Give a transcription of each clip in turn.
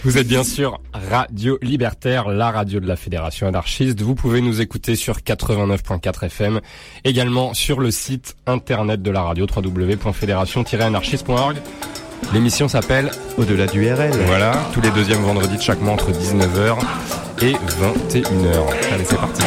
Vous êtes bien sûr Radio Libertaire, la radio de la Fédération anarchiste. Vous pouvez nous écouter sur 89.4 FM, également sur le site internet de la radio www.fédération-anarchiste.org. L'émission s'appelle Au-delà du RL. Voilà, tous les deuxièmes vendredis de chaque mois entre 19h et 21h. Allez, c'est parti.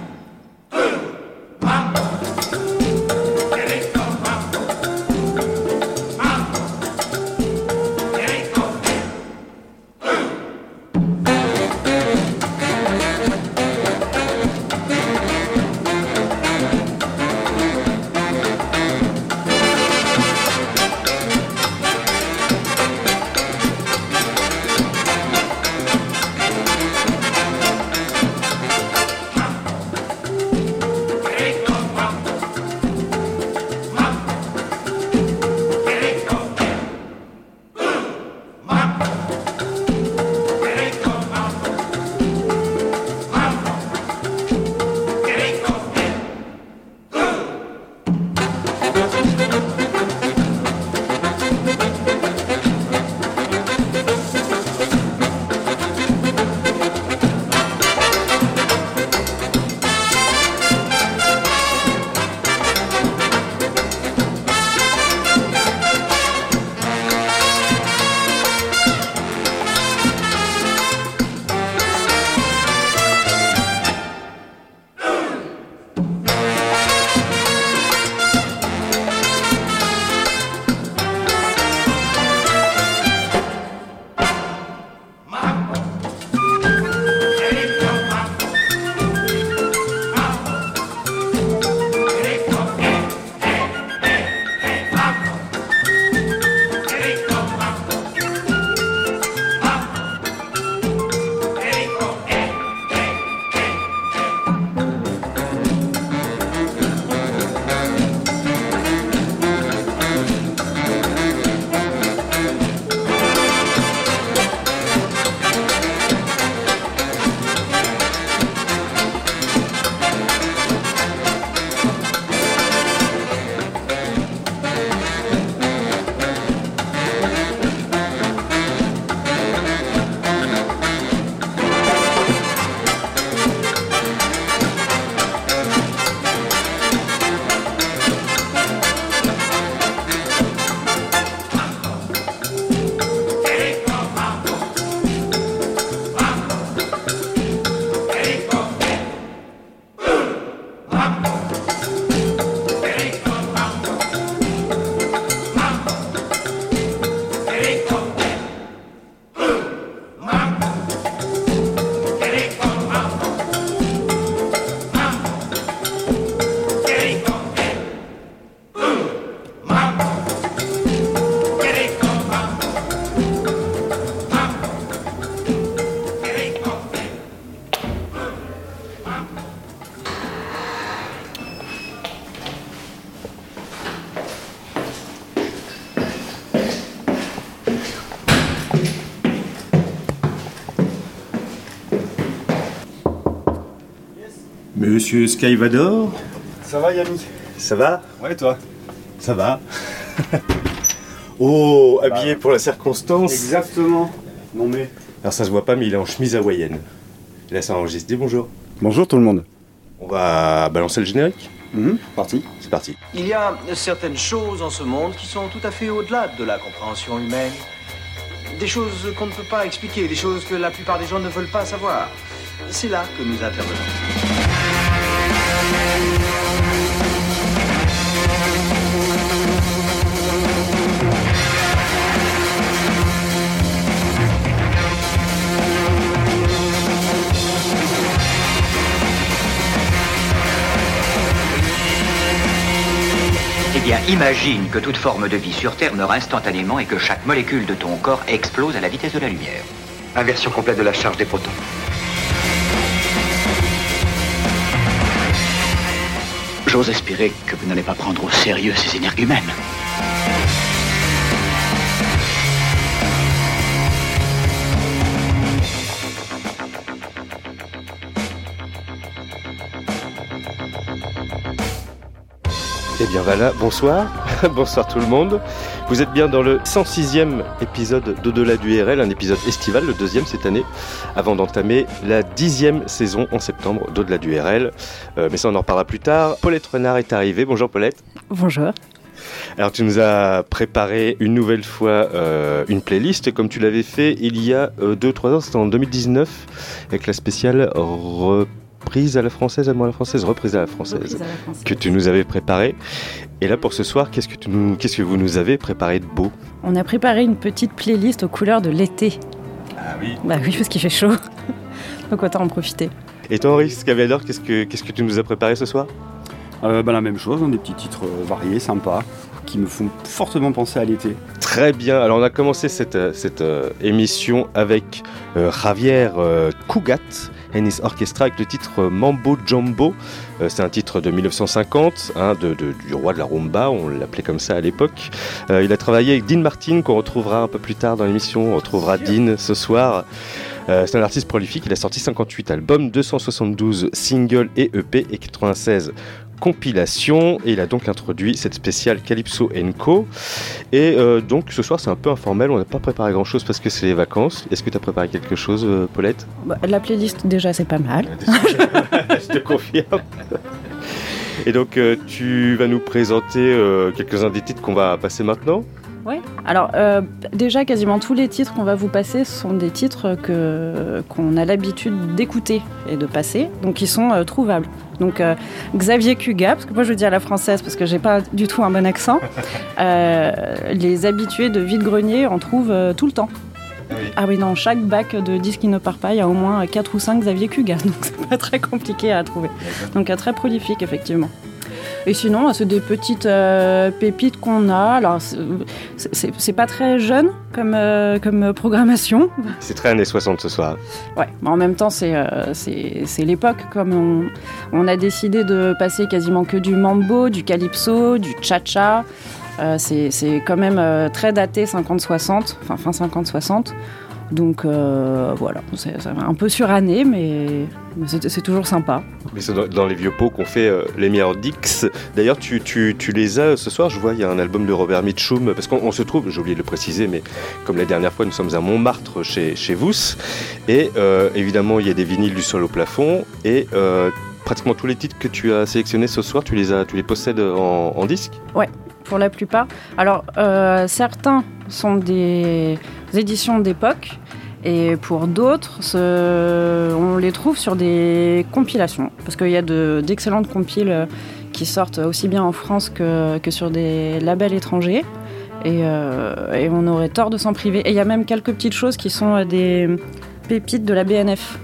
Monsieur Skyvador. Ça va Yami? Ça va? Ouais, toi? Ça va. Oh, habillé pour la circonstance. Exactement. Non mais... Alors ça se voit pas, mais il est en chemise hawaïenne. Là ça enregistre. Dis bonjour. Bonjour tout le monde. On va balancer le générique. Parti. C'est parti. Il y a certaines choses en ce monde qui sont tout à fait au-delà de la compréhension humaine. Des choses qu'on ne peut pas expliquer, des choses que la plupart des gens ne veulent pas savoir. C'est là que nous intervenons. Eh bien, imagine que toute forme de vie sur Terre meurt instantanément et que chaque molécule de ton corps explose à la vitesse de la lumière. Inversion complète de la charge des protons. J'ose espérer que vous n'allez pas prendre au sérieux ces énergumènes. Eh bien voilà, bonsoir. Bonsoir tout le monde. Vous êtes bien dans le 106e épisode d'Au-delà du RL, un épisode estival, le deuxième cette année, avant d'entamer la 10e saison en septembre d'Au-delà du RL. Mais ça, on en reparlera plus tard. Paulette Renard est arrivée. Bonjour Paulette. Bonjour. Alors tu nous as préparé une nouvelle fois une playlist, comme tu l'avais fait il y a 2-3 ans, c'était en 2019, avec la spéciale reprise à la française, que tu nous avais préparé. Et là pour ce soir, qu'est-ce que vous nous avez préparé de beau ? On a préparé une petite playlist aux couleurs de l'été. Ah oui. Bah oui, parce qu'il fait chaud. Donc autant en profiter. Et toi Henri Scavador, qu'est-ce que tu nous as préparé ce soir ? La même chose, des petits titres variés, sympas, qui me font fortement penser à l'été. Très bien, alors on a commencé cette émission avec Javier Cugat et His Orchestra avec le titre Mambo Jumbo. C'est un titre de 1950, du roi de la rumba, on l'appelait comme ça à l'époque. Il a travaillé avec Dean Martin, qu'on retrouvera un peu plus tard dans l'émission. On retrouvera Dean ce soir. C'est un artiste prolifique, il a sorti 58 albums, 272 singles et EP et 96 compilations, et il a donc introduit cette spéciale Calypso & Co. Et donc ce soir c'est un peu informel, on n'a pas préparé grand chose parce que c'est les vacances. Est-ce que tu as préparé quelque chose, Paulette ? La playlist déjà c'est pas mal. Je te confirme. Et donc tu vas nous présenter quelques-uns des titres qu'on va passer maintenant ? Oui. Alors déjà quasiment tous les titres qu'on va vous passer sont des titres qu'on a l'habitude d'écouter et de passer, donc ils sont trouvables. Donc Xavier Cugat, parce que moi je le dis à la française parce que j'ai pas du tout un bon accent. Les habitués de vide-grenier en trouvent tout le temps. Oui. Ah oui, dans chaque bac de disques qui ne part pas, il y a au moins 4 ou 5 Xavier Cugat, donc c'est pas très compliqué à trouver. Donc très prolifique effectivement. Et sinon, c'est des petites pépites qu'on a. Alors, c'est pas très jeune comme programmation. C'est très années 60 ce soir. Ouais, mais en même temps, c'est l'époque. Comme on a décidé de passer quasiment que du mambo, du calypso, du cha-cha. C'est quand même très daté 50-60, enfin fin 50-60. Donc voilà, c'est un peu suranné, mais c'est toujours sympa. Mais c'est dans les vieux pots qu'on fait les meilleurs Dix. D'ailleurs, tu les as ce soir, je vois, il y a un album de Robert Mitchum, parce qu'on se trouve, j'ai oublié de le préciser, mais comme la dernière fois, nous sommes à Montmartre chez vous. Et évidemment, il y a des vinyles du sol au plafond. Et pratiquement tous les titres que tu as sélectionnés ce soir, tu les possèdes en disque ? Ouais, pour la plupart. Alors, certains sont des éditions d'époque, et pour d'autres, on les trouve sur des compilations, parce qu'il y a d'excellentes compiles qui sortent aussi bien en France que sur des labels étrangers, et on aurait tort de s'en priver. Et il y a même quelques petites choses qui sont des pépites de la BNF.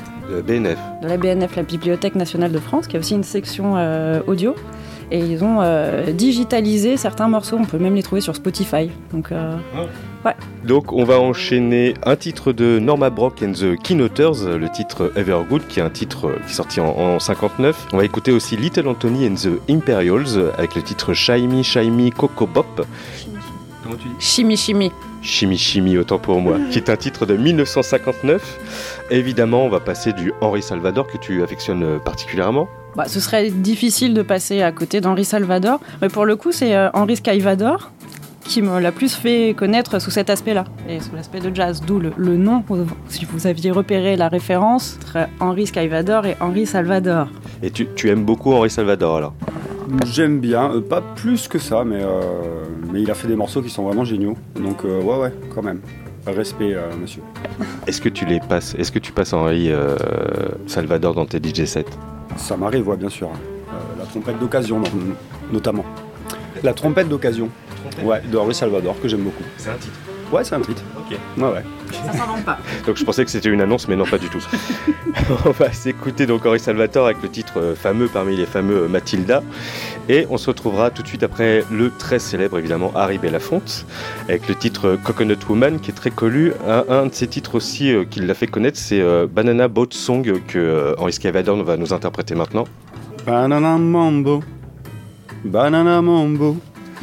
De la BNF, la Bibliothèque nationale de France, qui a aussi une section audio. Et ils ont digitalisé certains morceaux, on peut même les trouver sur Spotify. Donc, ouais. Donc on va enchaîner un titre de Norma Brock and the Keynotes, le titre Evergood, qui est un titre qui est sorti en 59. On va écouter aussi Little Anthony and the Imperials avec le titre Shimmy Shimmy Coco Bop. Comment tu dis ? Shimmy Shimmy. Shimmy Shimmy, autant pour moi, qui est un titre de 1959. Évidemment, on va passer du Henri Salvador que tu affectionnes particulièrement. Ce serait difficile de passer à côté d'Henri Salvador, mais pour le coup, c'est Henri Scavador qui me l'a plus fait connaître sous cet aspect-là, et sous l'aspect de jazz, d'où le nom, si vous aviez repéré la référence, entre Henri Scavador et Henri Salvador. Et tu aimes beaucoup Henri Salvador alors ? J'aime bien, pas plus que ça, mais il a fait des morceaux qui sont vraiment géniaux, donc ouais, quand même. Respect, monsieur. Est-ce que tu passes Henri Salvador dans tes DJ sets ? Ça m'arrive, ouais, bien sûr. La trompette d'occasion, notamment. La trompette d'occasion. Ouais, de Henri Salvador, que j'aime beaucoup. C'est un titre ? Ouais, c'est un titre. Ok. Ouais. Ça s'invente pas. Donc je pensais que c'était une annonce, mais non, pas du tout. On va s'écouter donc Henri Salvador avec le titre fameux parmi les fameux Matilda. Et on se retrouvera tout de suite après le très célèbre, évidemment, Harry Belafonte, avec le titre Coconut Woman, qui est très connu. Un de ses titres aussi qui l'a fait connaître, c'est Banana Boat Song, que Henri Scavador va nous interpréter maintenant. Banana Mambo, Banana Mambo.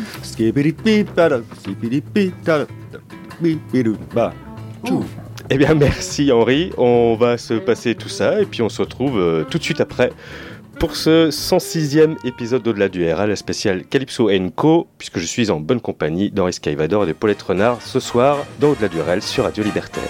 Eh bien merci Henri, on va se passer tout ça et puis on se retrouve tout de suite après pour ce 106e épisode d'Au-delà du RL, spécial Calypso & Co, puisque je suis en bonne compagnie d'Henri Skyvador et de Paulette Renard ce soir dans Au-delà du RL sur Radio Libertaire.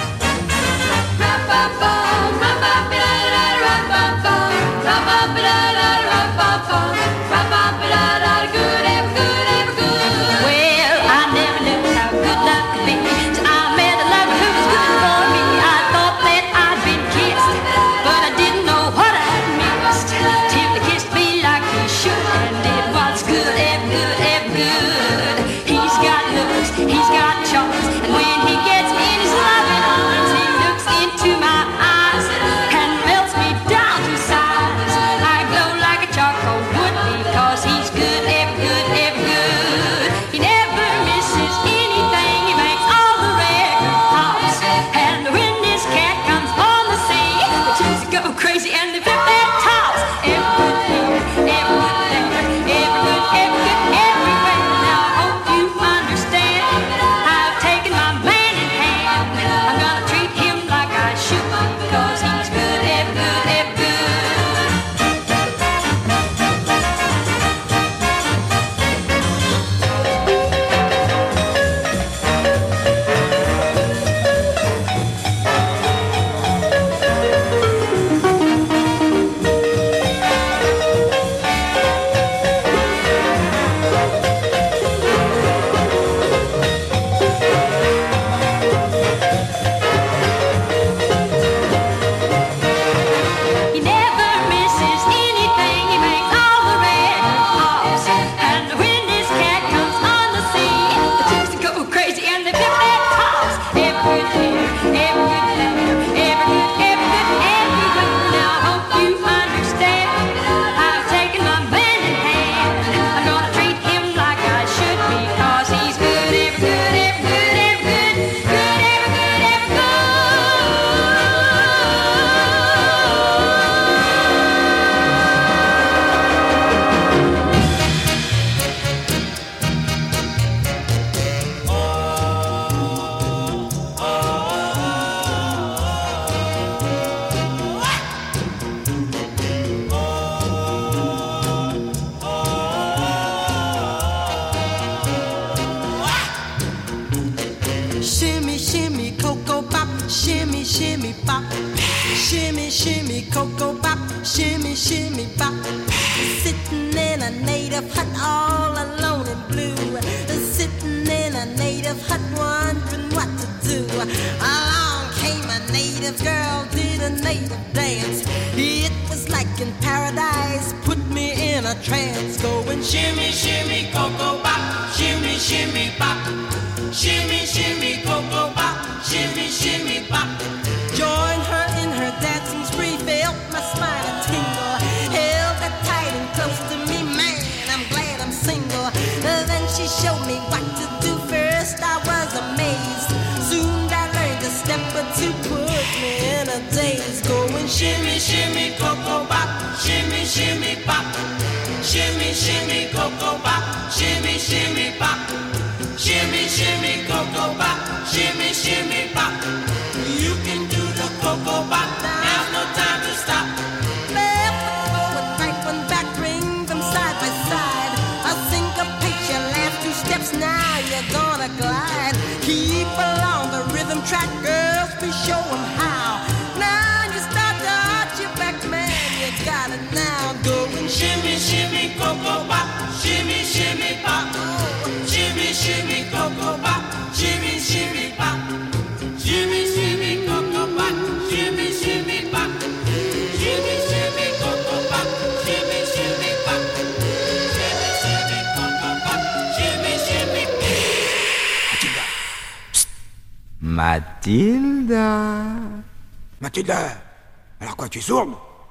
Mathilda, alors quoi, tu es sourde?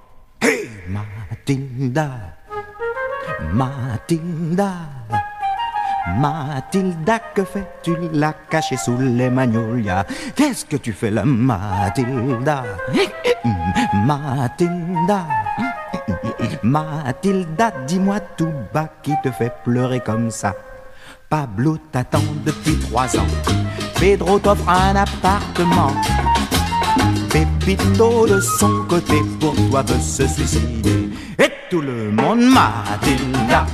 Hey Mathilda, Mathilda, Mathilda, que fais-tu là, cachée sous les magnolias? Qu'est-ce que tu fais là, Mathilda? Mathilda, Mathilda, dis-moi tout bas qui te fait pleurer comme ça. Pablo t'attend depuis 3 ans. Pedro t'offre un appartement. Pépito de son côté pour toi veut se suicider. Et tout le monde. Matilda,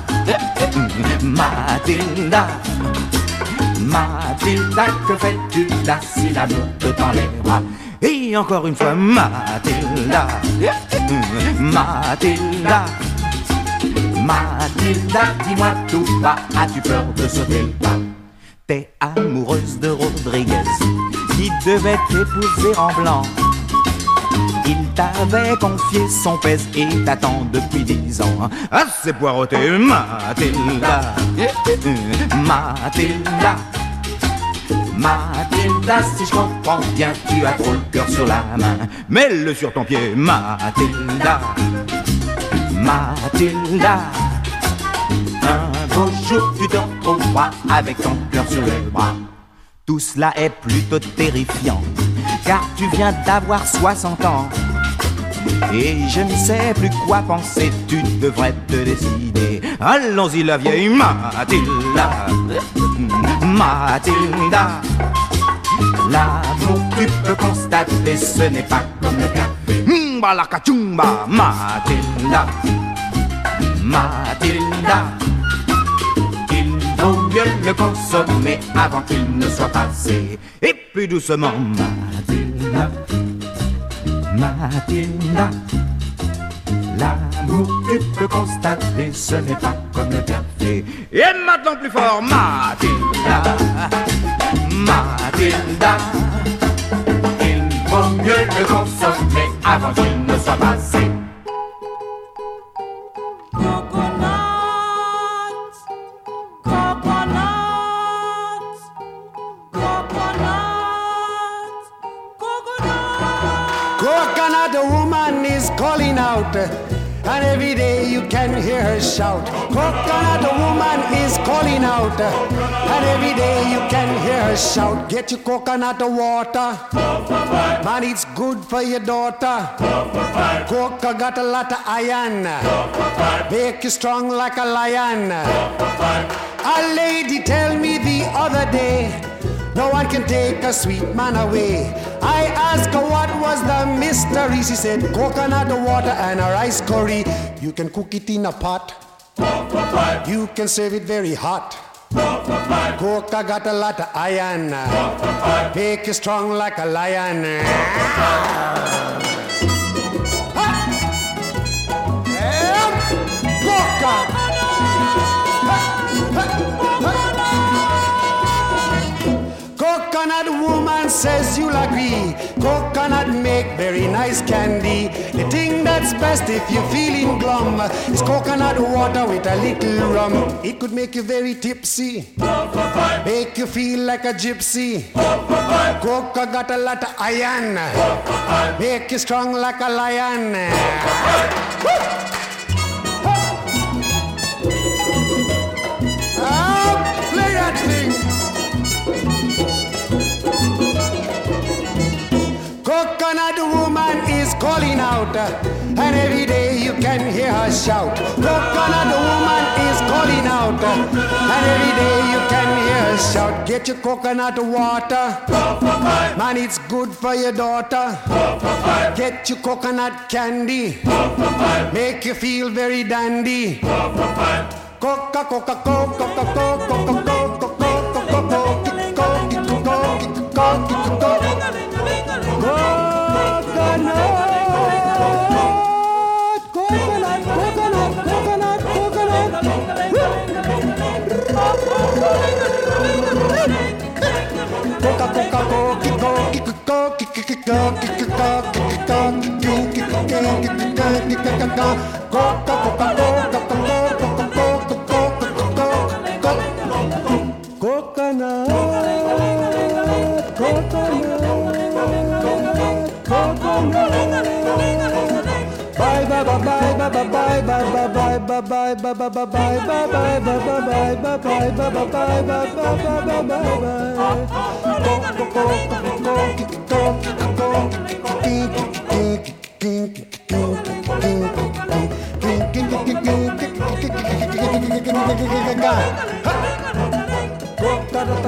Matilda, Matilda, que fais-tu là si l'amour te tend les bras? Et encore une fois, Matilda, Matilda, Matilda, dis-moi tout bas, as-tu peur de sauter le pas? T'es amoureuse de Rodriguez, qui devait t'épouser en blanc. Il t'avait confié son pèse et t'attend depuis 10 ans. Ah, c'est poireauté, Matilda, Matilda, Matilda, si je comprends bien, tu as trop le cœur sur la main. Mets-le sur ton pied, Matilda, Matilda. Un beau jour, tu te retrouveras avec ton cœur sur les bras. Tout cela est plutôt terrifiant, car tu viens d'avoir 60 ans. Et je ne sais plus quoi penser, tu devrais te décider. Allons-y la vieille Matilda, Matilda. L'amour tu peux constater, ce n'est pas comme le café. Balakachumba, Matilda, Matilda. Il vaut mieux le consommer avant qu'il ne soit passé. Et plus doucement, Matilda, Matilda. L'amour tu peux constater, ce n'est pas comme le café. Et maintenant plus fort, Matilda, Matilda. Il vaut mieux le consommer avant qu'il ne soit passé. The woman is calling out, and every day you can hear her shout. Coconut, the woman is calling out, and every day you can hear her shout. Get your coconut water, man, it's good for your daughter. Coca got a lot of iron, make you strong like a lion. A lady tell me the other day, no one can take a sweet man away. I asked her what was the mystery. She said coconut water and a rice curry. You can cook it in a pot, you can serve it very hot. Coca got a lot of iron, make you strong like a lion. Coca. Coconut woman says you'll agree, coconut make very nice candy. The thing that's best if you're feeling glum is coconut water with a little rum. It could make you very tipsy, make you feel like a gypsy. Coca got a lot of iron, make you strong like a lion. Play that thing. Coconut woman is calling out, and every day you can hear her shout. Coconut woman is calling out, and every day you can hear her shout. Get your coconut water, man, it's good for your daughter. Get your coconut candy, make you feel very dandy. Coca, Coca, Coca, Coca, Coca, Coca, Coca,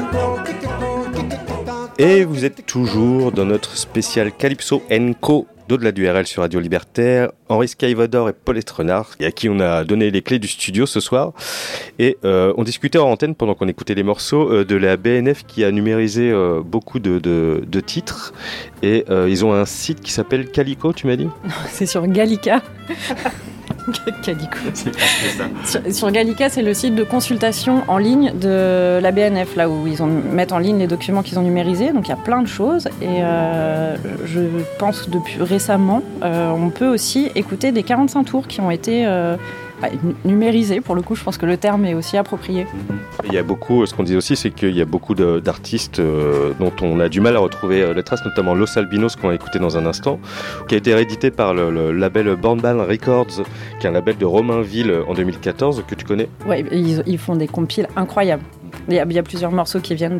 Et vous êtes toujours dans notre spécial Calypso & Co d'Au-delà du RL sur Radio Libertaire, Henri Skyvador et Paulette Renard, et à qui on a donné les clés du studio ce soir. Et on discutait en antenne pendant qu'on écoutait les morceaux de la BNF qui a numérisé beaucoup de titres. Et ils ont un site qui s'appelle Calico, tu m'as dit ? C'est sur Gallica. Calico. Sur Gallica, c'est le site de consultation en ligne de la BNF, là où ils mettent en ligne les documents qu'ils ont numérisés. Donc il y a plein de choses. Et je pense depuis récemment, on peut aussi écouter des 45 tours qui ont été numérisés. Pour le coup, je pense que le terme est aussi approprié. Il y a beaucoup, ce qu'on dit aussi, c'est qu'il y a beaucoup d'artistes dont on a du mal à retrouver les traces, notamment Los Albinos, qu'on a écouté dans un instant, qui a été réédité par le label Bornband Records, qui est un label de Romainville en 2014, que tu connais ? Oui, ils font des compiles incroyables. Il y a plusieurs morceaux qui viennent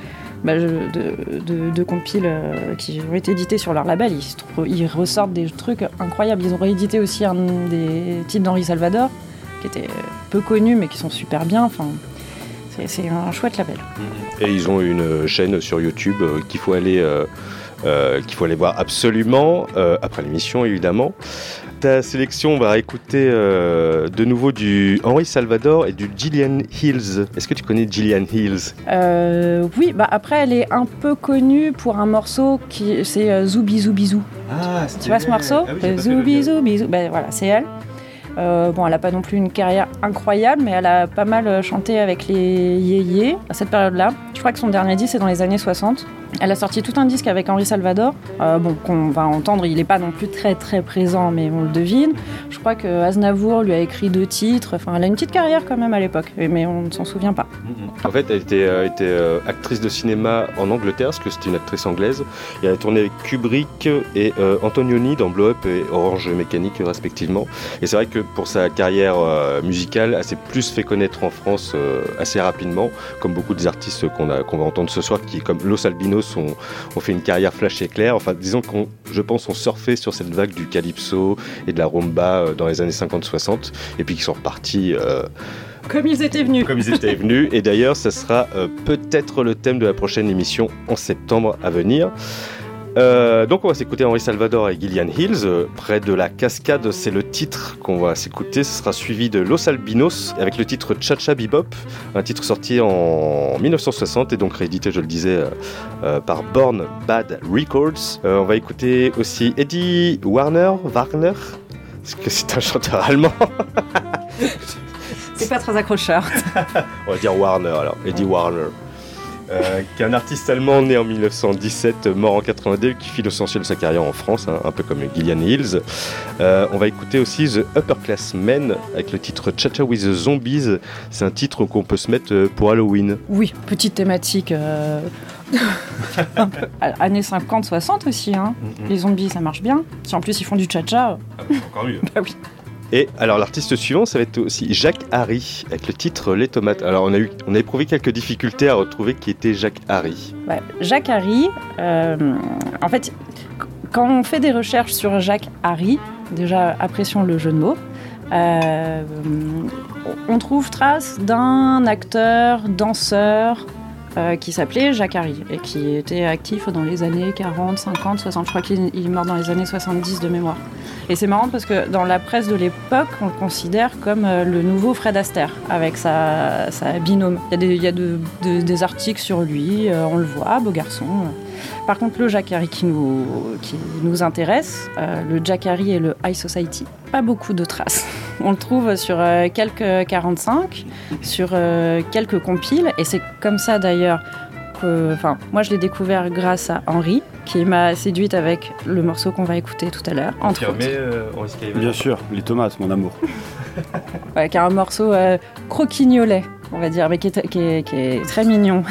de compiles qui ont été édités sur leur label. Ils ressortent des trucs incroyables. Ils ont réédité aussi un des titres d'Henri Salvador, qui étaient peu connus, mais qui sont super bien. Enfin, c'est un chouette label. Et ils ont une chaîne sur YouTube qu'il faut aller voir absolument, après l'émission évidemment. Ta sélection, on va écouter de nouveau du Henri Salvador et du Gillian Hills. Est-ce que tu connais Gillian Hills ? Oui, après elle est un peu connue pour un morceau c'est Zoubi Zoubi Zou. Ah, tu vois ce morceau ? Zoubi Zoubi Zou. Voilà, c'est elle. Elle n'a pas non plus une carrière incroyable, mais elle a pas mal chanté avec les yéyés à cette période-là. Je crois que son dernier disque, c'est dans les années 60. Elle a sorti tout un disque avec Henri Salvador, qu'on va entendre. Il n'est pas non plus très très présent, mais on le devine. Je crois que Aznavour lui a écrit 2 titres. Enfin, elle a une petite carrière quand même à l'époque, mais on ne s'en souvient pas. En fait, elle était actrice de cinéma en Angleterre, parce que c'était une actrice anglaise. Et elle a tourné avec Kubrick et Antonioni dans Blow Up et Orange Mécanique respectivement. Et c'est vrai que pour sa carrière musicale, elle s'est plus fait connaître en France assez rapidement, comme beaucoup des artistes qu'on va entendre ce soir, qui comme Los Albinos ont fait une carrière flash éclair. Enfin, disons je pense qu'on surfait sur cette vague du calypso et de la rumba dans les années 50-60, et puis qui sont repartis comme ils étaient venus. Et d'ailleurs, ça sera peut-être le thème de la prochaine émission en septembre à venir. Donc on va s'écouter Henri Salvador et Gillian Hills, près de la cascade, c'est le titre qu'on va s'écouter. Ce sera suivi de Los Albinos avec le titre Cha Cha Bebop, un titre sorti en 1960 et donc réédité, je le disais, par Born Bad Records. On va écouter aussi Eddie Warner, parce que c'est un chanteur allemand. C'est pas très accrocheur. On va dire Warner alors, Eddie Warner. Qui est un artiste allemand né en 1917, mort en 82, qui fit l'essentiel de sa carrière en France, un peu comme Gillian Hills. On va écouter aussi The Upper Class Men avec le titre Cha Cha with the Zombies. C'est un titre qu'on peut se mettre pour Halloween. Oui, petite thématique années 50-60 aussi. Les zombies, ça marche bien. Si en plus ils font du cha-cha... Encore mieux. Bah oui. Et alors l'artiste suivant, ça va être aussi Jacques Harry avec le titre Les Tomates. Alors on a éprouvé quelques difficultés à retrouver qui était Jacques Harry. Ouais, Jacques Harry, en fait, quand on fait des recherches sur Jacques Harry, déjà apprécions le jeu de mots, on trouve trace d'un acteur, danseur, qui s'appelait Jacques Harry et qui était actif dans les années 40, 50, 60. Je crois qu'il est mort dans les années 70 de mémoire. Et c'est marrant parce que dans la presse de l'époque, on le considère comme le nouveau Fred Astaire avec sa binôme. Il y a des articles sur lui, on le voit, beau garçon. Par contre, le Jacques Harry qui nous intéresse, le Jacques Harry et le High Society, pas beaucoup de traces. On le trouve sur quelques 45, sur quelques compiles, et c'est comme ça d'ailleurs que, moi je l'ai découvert grâce à Henri, qui m'a séduite avec le morceau qu'on va écouter tout à l'heure. Bien sûr, Les Tomates, mon amour. Ouais, qui est un morceau croquignolet, on va dire, mais qui est très mignon.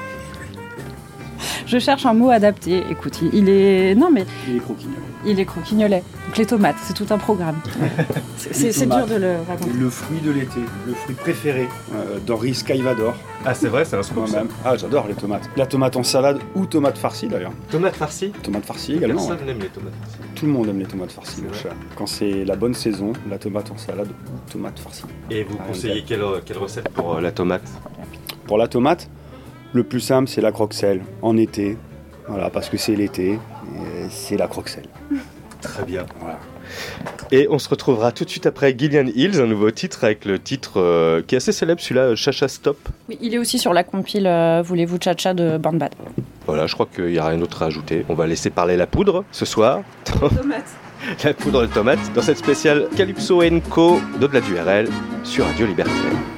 Je cherche un mot adapté. Écoute, il est croquignolet. Il est croquignolet. Donc les tomates, c'est tout un programme. C'est dur de le raconter. Le fruit de l'été, le fruit préféré d'Henri Skyvador. Ah c'est vrai, c'est un scoop ça. Ah j'adore les tomates. La tomate en salade ou tomate farcie d'ailleurs. Tomate farcie. Tomate farcie également. Personne n'aime les tomates farcies. Tout le monde aime les tomates farcies, mon cher. Quand c'est la bonne saison, la tomate en salade ou tomate farcie. Et vous conseillez quelle recette pour la tomate ? Pour la tomate, le plus simple, c'est la croque-sel en été. Voilà, parce que c'est l'été, et c'est la croque-sel. Très bien. Voilà. Et on se retrouvera tout de suite après Gillian Hills, un nouveau titre avec le titre qui est assez célèbre, celui-là, Cha-Cha Stop. Oui, il est aussi sur la compile Voulez-vous Cha-Cha de Born Bad. Voilà, je crois qu'il n'y a rien d'autre à ajouter. On va laisser parler la poudre ce soir. Tomate. La poudre de tomate dans cette spéciale Calypso & Co d'Au-delà du RL sur Radio Libertaire.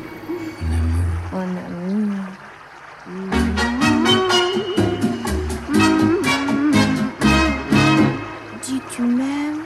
Dis-tu m'aimes?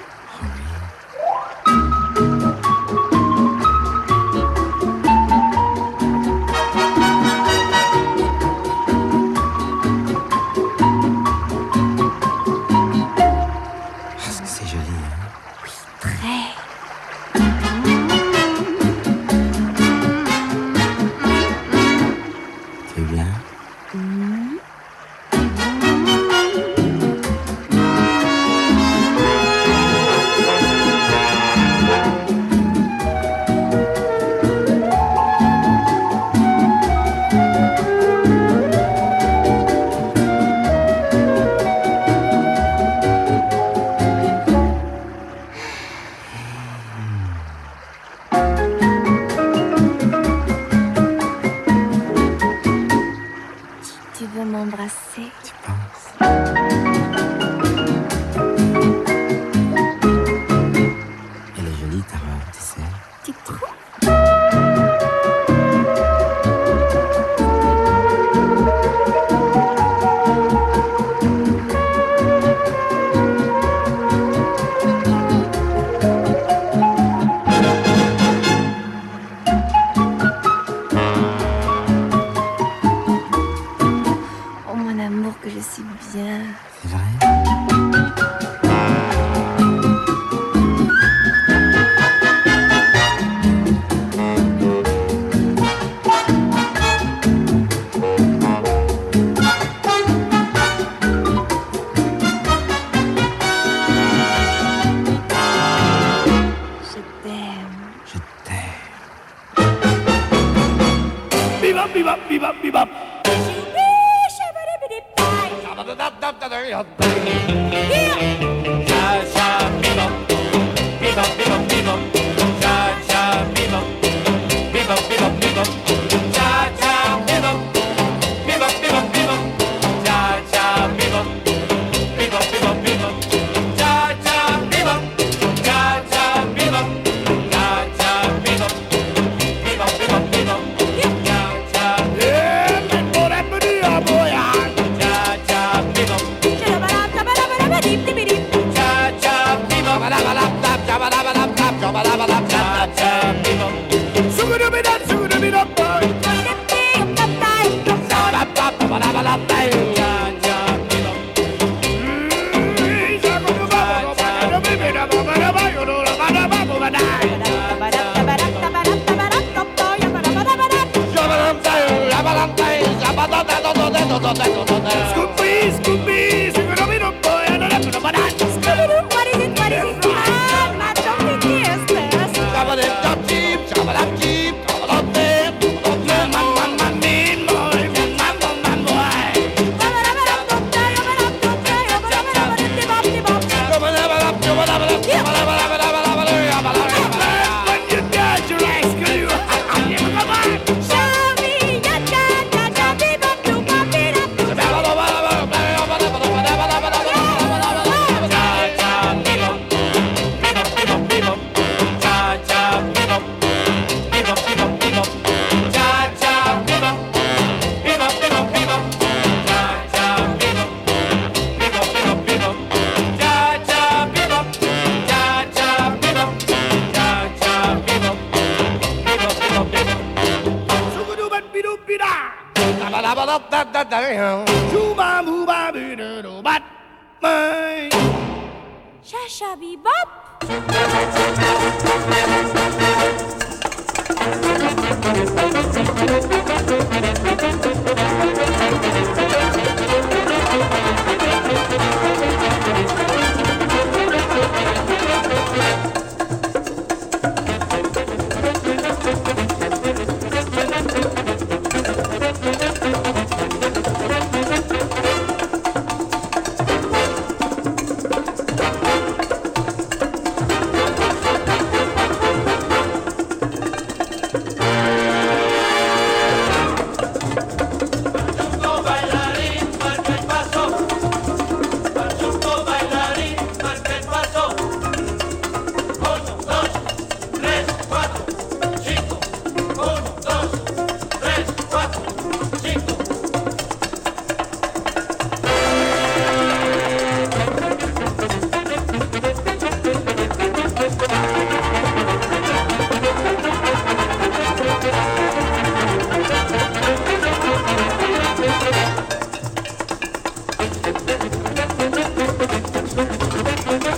Cha-cha bebop.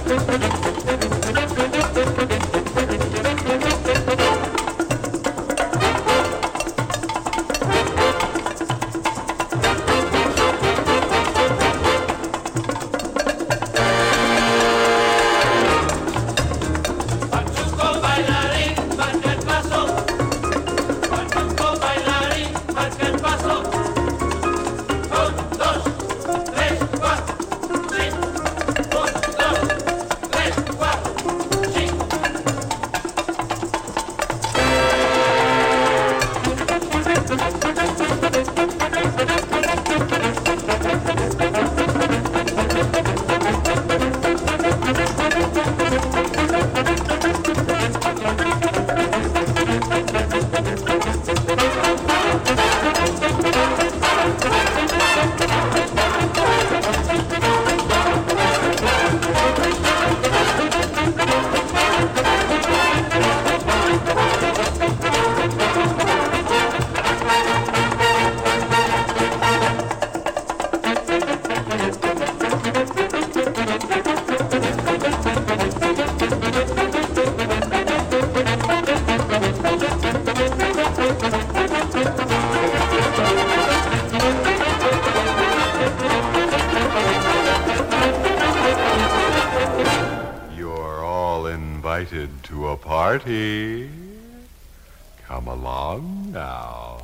Party. Come along now.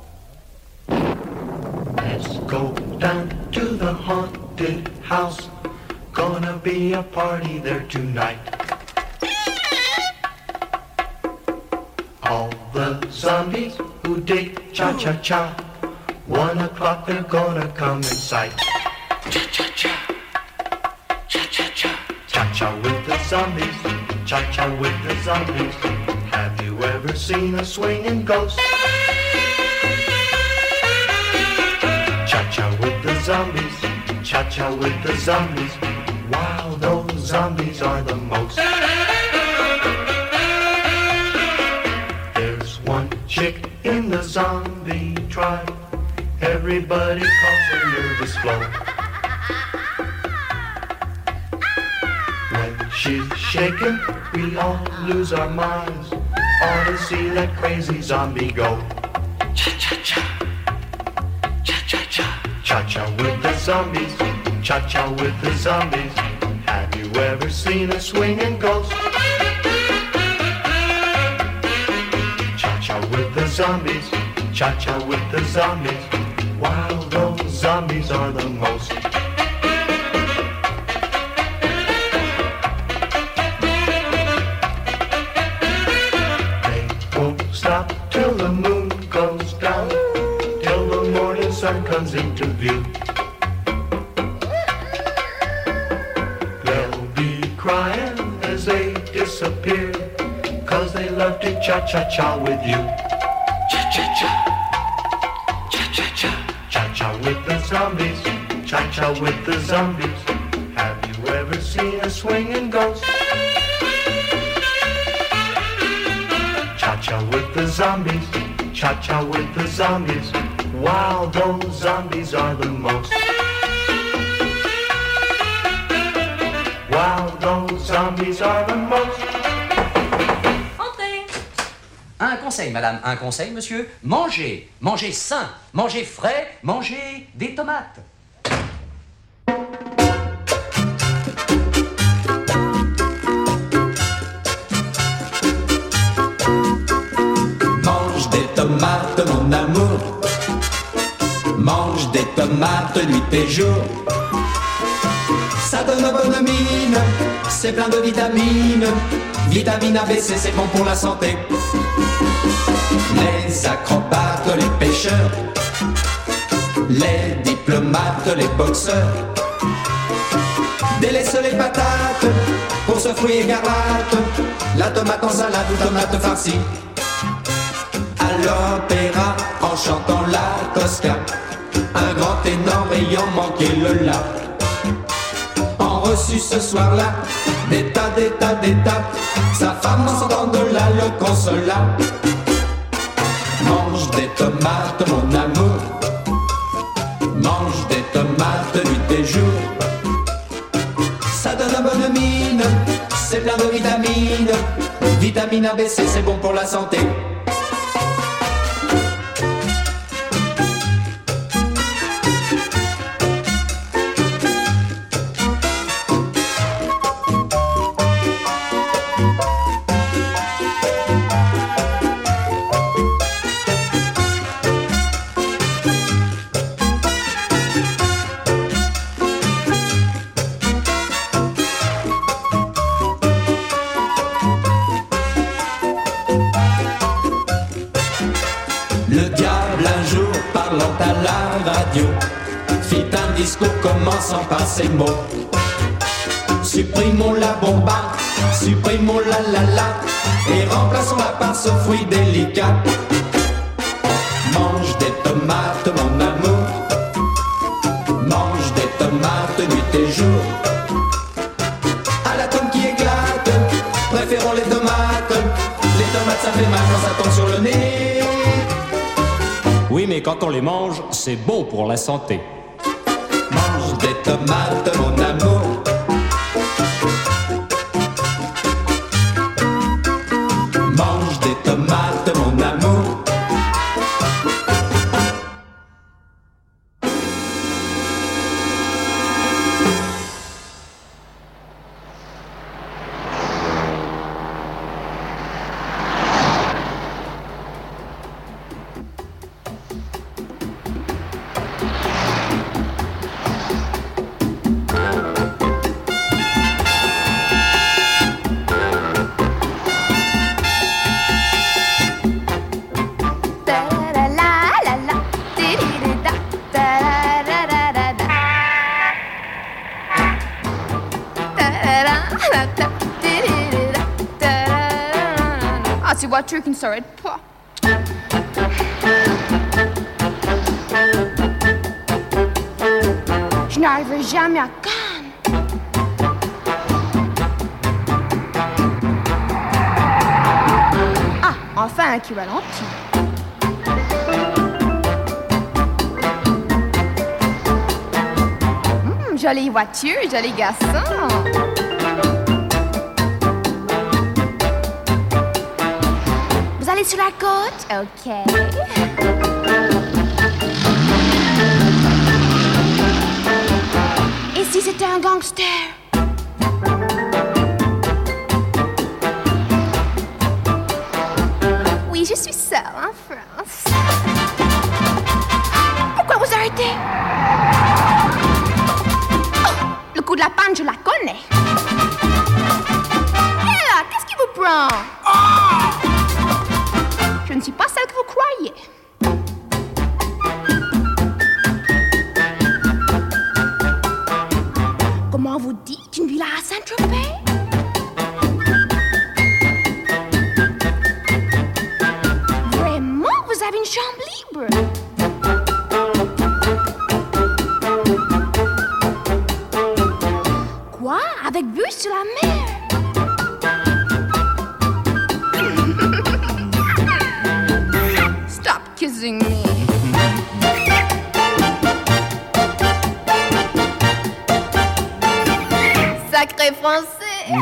Let's go down to the haunted house. Gonna be a party there tonight. All the zombies who dig cha-cha-cha, 1 o'clock they're gonna come in sight. Cha-cha-cha, cha-cha-cha, cha-cha with the zombies. Cha-cha with the zombies. Have you ever seen a swinging ghost? Cha-cha with the zombies. Cha-cha with the zombies. Wow, those zombies are the most. There's one chick in the zombie tribe. Everybody calls her Nervous Flo. When she's shaken, we all lose our minds. Ought to see that crazy zombie go. Cha-cha-cha, cha-cha-cha, cha-cha with the zombies. Cha-cha with the zombies. Have you ever seen a swinging ghost? Cha-cha with the zombies. Cha-cha with the zombies. Wow, those zombies are the most. Stop till the moon goes down, till the morning sun comes into view. They'll be crying as they disappear, 'cause they love to cha-cha-cha with you. Cha-cha-cha, cha-cha-cha, cha-cha with the zombies. Cha-cha with the zombies. Have you ever seen a swinging ghost? Cha-cha with the zombies, cha-cha with the zombies. Wow, those zombies are the most. Wow, those zombies are the most. Entrez. Un conseil, madame, un conseil, monsieur. Mangez, mangez sain, mangez frais, mangez des tomates. Tomates, mon amour, mange des tomates nuit et jour. Ça donne bonne mine, c'est plein de vitamines. Vitamine ABC, c'est bon pour la santé. Les acrobates, les pêcheurs, les diplomates, les boxeurs délaissent les patates pour ce fruit écarlate. La tomate en salade ou tomate farcie. À l'opéra, en chantant la Tosca, un grand ténor ayant manqué le la. En reçu ce soir-là, des tas, sa femme en sortant de là le consola. Mange des tomates, mon amour, mange des tomates nuit et jour. Ça donne un bon bonne mine, c'est plein de vitamines. Vitamine ABC, c'est bon pour la santé. Fit un discours commençant par ces mots. Supprimons la bomba, supprimons la et remplaçons-la par ce fruit délicat. Mange des tomates, mon amour. Mange des tomates nuit et jour. À l'atome qui éclate, préférons les tomates. Les tomates ça fait mal quand ça tombe sur le nez. Oui, mais quand on les mange, c'est bon pour la santé. Mange des tomates, mon amour. Mange des tomates, mon amour. Ah, ces voitures qui ne s'arrêtent pas. Je n'arriverai jamais à Cannes. Ah, enfin un qui ralentit. Jolie voiture, joli garçon. Vous allez sur la côte? Ok. Et si c'était un gangster? Oui, je suis seule en France. Pourquoi vous arrêtez? Oh, le coup de la panne, je la connais. Et là, qu'est-ce qui vous prend? Je ne suis pas celle que vous croyez. Comment vous dites une villa à Saint-Tropez? Vraiment, vous avez une chambre libre? Quoi? Avec vue sur la mer? Stop kissing me. Sacré français.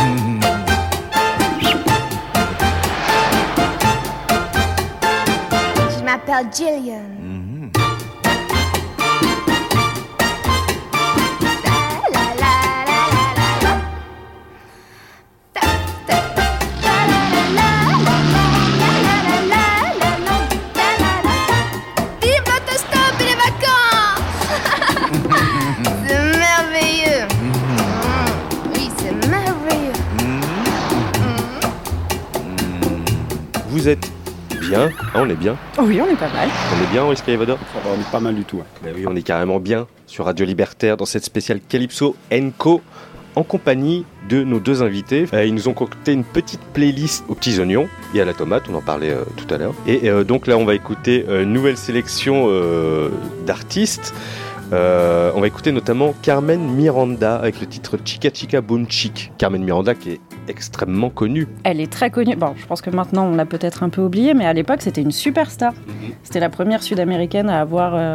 Je m'appelle Jillian. Vous êtes bien, on est bien. Oui, on est pas mal. On est bien, Henri Skyvoder. On est pas mal du tout. Ouais. Ben oui, on est carrément bien sur Radio Libertaire dans cette spéciale Calypso & Co. En compagnie de nos deux invités. Ils nous ont concocté une petite playlist aux petits oignons et à la tomate, on en parlait tout à l'heure. Et donc là, on va écouter une nouvelle sélection d'artistes. On va écouter notamment Carmen Miranda avec le titre Chica Chica Boom Chic. Carmen Miranda qui est extrêmement connue. Elle est très connue. Bon, je pense que maintenant on l'a peut-être un peu oubliée, mais à l'époque c'était une superstar. C'était la première sud-américaine à avoir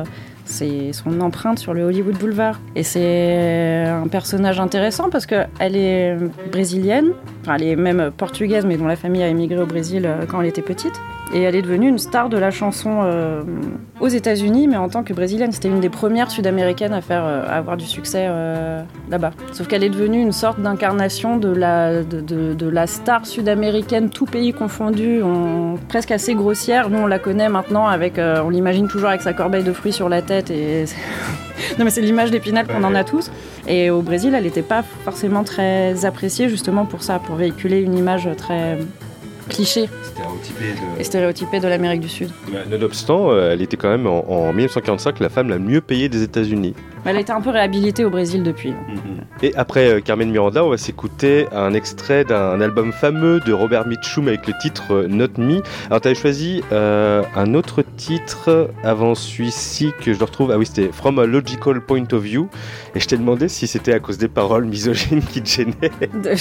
c'est son empreinte sur le Hollywood Boulevard. Et c'est un personnage intéressant parce qu'elle est brésilienne, enfin elle est même portugaise, mais dont la famille a émigré au Brésil quand elle était petite. Et elle est devenue une star de la chanson aux États-Unis, mais en tant que brésilienne. C'était une des premières sud-américaines à avoir du succès là-bas. Sauf qu'elle est devenue une sorte d'incarnation de la star sud-américaine, tout pays confondu, presque assez grossière. Nous, on la connaît maintenant on l'imagine toujours avec sa corbeille de fruits sur la tête. Non, mais c'est l'image d'Épinal qu'on en a tous. Et au Brésil, elle n'était pas forcément très appréciée, justement pour ça, pour véhiculer une image très cliché stéréotypé de l'Amérique du Sud. Nonobstant, elle était quand même en 1945 la femme la mieux payée des États-Unis. Elle a été un peu réhabilitée au Brésil depuis. Et après Carmen Miranda, on va s'écouter un extrait d'un album fameux de Robert Mitchum avec le titre Not Me. Alors tu avais choisi un autre titre avant celui-ci que je retrouve. Ah oui, c'était From a Logical Point of View. Et je t'ai demandé si c'était à cause des paroles misogynes qui te gênaient.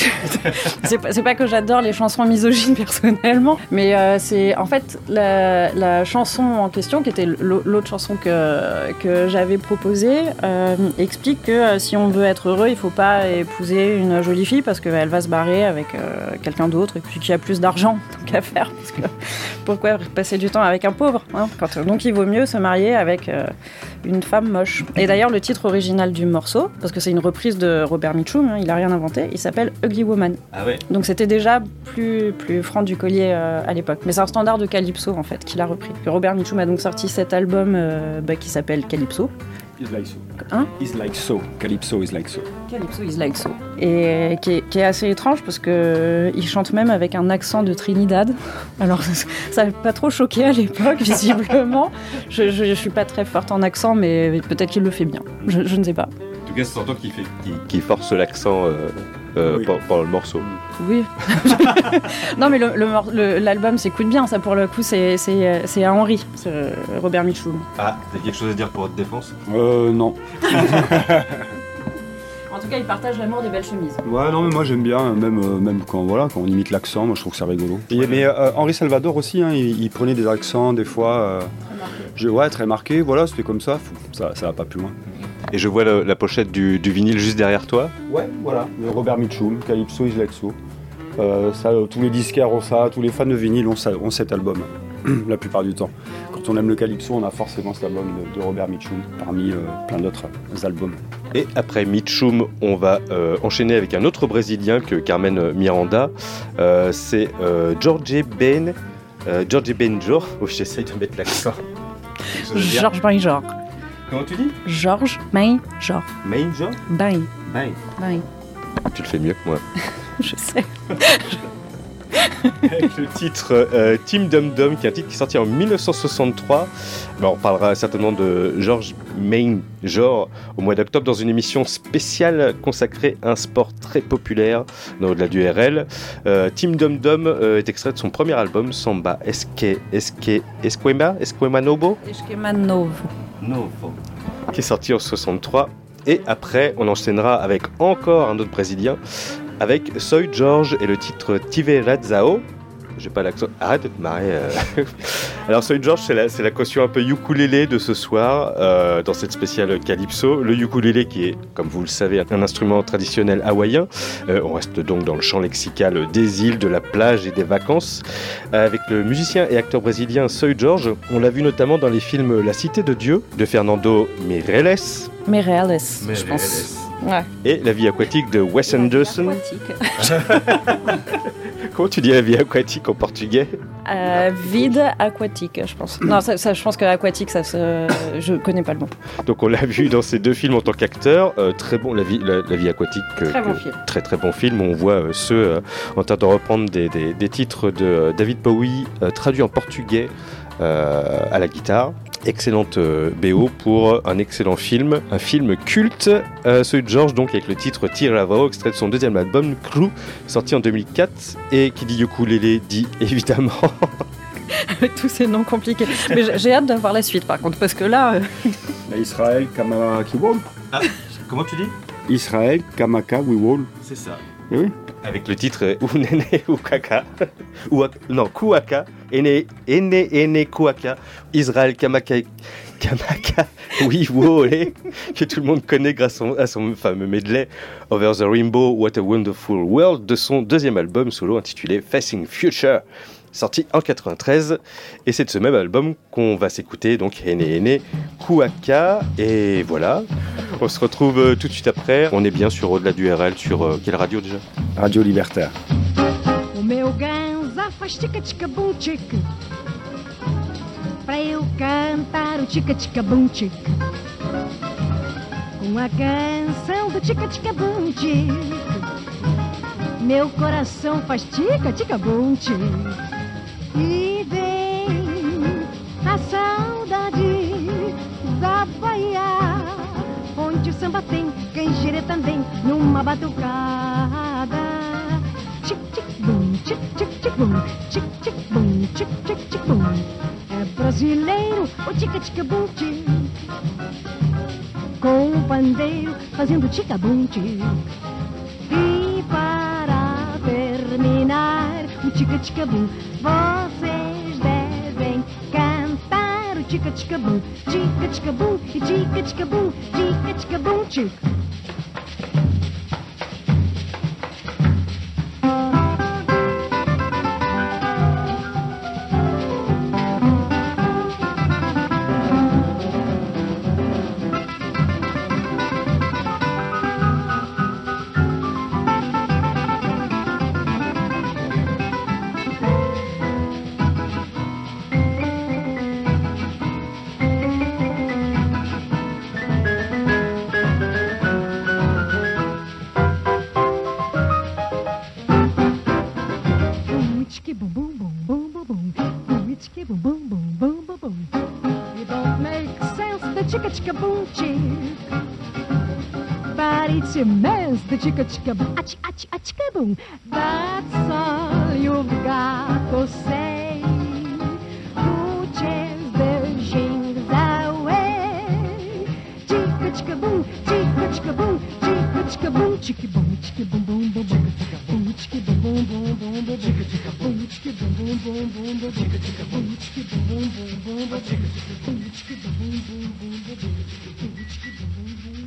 C'est pas que j'adore les chansons misogynes personnellement, mais c'est en fait la chanson en question, qui était l'autre chanson que j'avais proposée, explique que si on veut être heureux, il faut pas épouser une jolie fille parce qu'elle va se barrer avec quelqu'un d'autre et puis qu'il y a plus d'argent qu'à faire. Parce que pourquoi passer du temps avec un pauvre, hein, donc il vaut mieux se marier avec une femme moche. Et d'ailleurs, le titre original du morceau, parce que c'est une reprise de Robert Mitchum, il a rien inventé, il s'appelle Ugly Woman. Ah ouais. Donc c'était déjà plus franc du collier à l'époque. Mais c'est un standard de Calypso en fait qu'il a repris. Robert Mitchum a donc sorti cet album qui s'appelle Calypso. Is like so. Hein? Is like so. Calypso is like so. Calypso is like so. Et qui est assez étrange parce que il chante même avec un accent de Trinidad. Alors ça n'a pas trop choqué à l'époque visiblement. Je suis pas très forte en accent, mais peut-être qu'il le fait bien. Je ne sais pas. En tout cas, c'est toi qui force l'accent oui. pendant le morceau. Oui. Non, mais l'album s'écoute bien. Ça, pour le coup, c'est à Henry, Robert Mitchum. Ah, t'as quelque chose à dire pour votre défense ? Non. En tout cas, il partage l'amour des belles chemises. Ouais, non, mais moi j'aime bien, même quand on imite l'accent, moi je trouve que c'est rigolo. Mais Henri Salvador aussi, hein, il prenait des accents des fois. Très marqués, voilà, c'était comme ça, ça va pas plus loin. Et je vois la pochette du vinyle juste derrière toi. Ouais, voilà, Robert Mitchum, Calypso is like so. Tous les disquaires ont ça, tous les fans de vinyle ont cet album, la plupart du temps. Quand on aime le Calypso, on a forcément cet album de Robert Mitchum, parmi plein d'autres albums. Et après Mitchum, on va enchaîner avec un autre Brésilien que Carmen Miranda. C'est Jorge Benjor. Oh, j'essaye de mettre l'accent. Georges Benjor. Comment tu dis ? Georges Benjor. Benjor ? Ben. Tu le fais mieux que moi. Je sais. Avec le titre Team Dum Dum, qui est un titre qui est sorti en 1963. Alors, on parlera certainement de Georges Benjor au mois d'octobre dans une émission spéciale consacrée à un sport très populaire dans au-delà du RL. Team Dum Dum est extrait de son premier album Samba Esquema Novo, qui est sorti en 63. Et après, on enchaînera avec encore un autre Brésilien, avec Soy Jorge et le titre Tive Razao. J'ai pas l'accent. Arrête de te marrer. Alors Soy Jorge, c'est la caution un peu ukulélé de ce soir dans cette spéciale Calypso. Le ukulélé qui est, comme vous le savez, un instrument traditionnel hawaïen. On reste donc dans le champ lexical des îles, de la plage et des vacances. Avec le musicien et acteur brésilien Soy Jorge, on l'a vu notamment dans les films La Cité de Dieu de Fernando Meirelles, je pense. Ouais. Et La vie aquatique de Wes Anderson. Comment tu dis la vie aquatique en portugais ? Vide aquatique, je pense. Non, ça, je pense que aquatique, je connais pas le mot. Donc on l'a vu dans ces deux films en tant qu'acteur. Très bon, la vie aquatique. Très bon film. Très bon film. On voit ceux en train de reprendre des titres de David Bowie traduits en portugais à la guitare. Excellente BO pour un excellent film, un film culte, celui de George, donc avec le titre Tiravao, extrait de son deuxième album Crew, sorti en 2004, et qui dit ukulélé dit évidemment avec tous ces noms compliqués. Mais j'ai hâte de voir la suite par contre, parce que là Israël Kamaka Wiwol. Ah, comment tu dis ? Israël Kamaka Wiwol. C'est ça. Et oui. Avec le titre Unene Ukaka, Kuaka, Ene Kuaka, Israël Kamaka Kamaka, oui, Wolé, que tout le monde connaît grâce à son fameux medley Over the Rainbow, What a Wonderful World, de son deuxième album solo intitulé Facing Future, sorti en 93. Et c'est de ce même album qu'on va s'écouter, donc Hene Hene Kuaka. Et voilà, on se retrouve tout de suite après. On est bien sur Au-delà du RL, sur quelle radio déjà ? Radio Libertaire. O meu ganza faz tica-tica-bum-tica pra eu cantar o tica-tica-bum-tica com a canção do tica-tica-bum-tica. Meu coração faz tica-tica-bum-tica e vem a saudade da Bahia, onde o samba tem canjere também numa batucada. Tic-tic-bum, tic-tic-tic-bum, tic-tic-bum, tic-tic-tic-bum. É brasileiro o tica-tica-bum-tic, com o pandeiro fazendo tica-bum-tic. E para terminar o tica-tica-bum, vocês devem cantar o tica-tica-bum, tica-tica-bum e tica-tica-bum, tica-tica-bum-tic. Tica-tica-boom, ach-ach-ach-tica-boom. That's all you've got to say to chase the jings away. Tica-tica-boom, tica-tica-boom, tica-tica-boom, tica-boom, tica-boom, boom, boom, boom, tica-boom, boom, boom, boom, boom, tica-boom, tica-boom, boom, boom, boom, boom, tica-boom, tica-boom, boom, boom, boom, boom, tica-boom, tica-boom, boom, boom, boom, boom.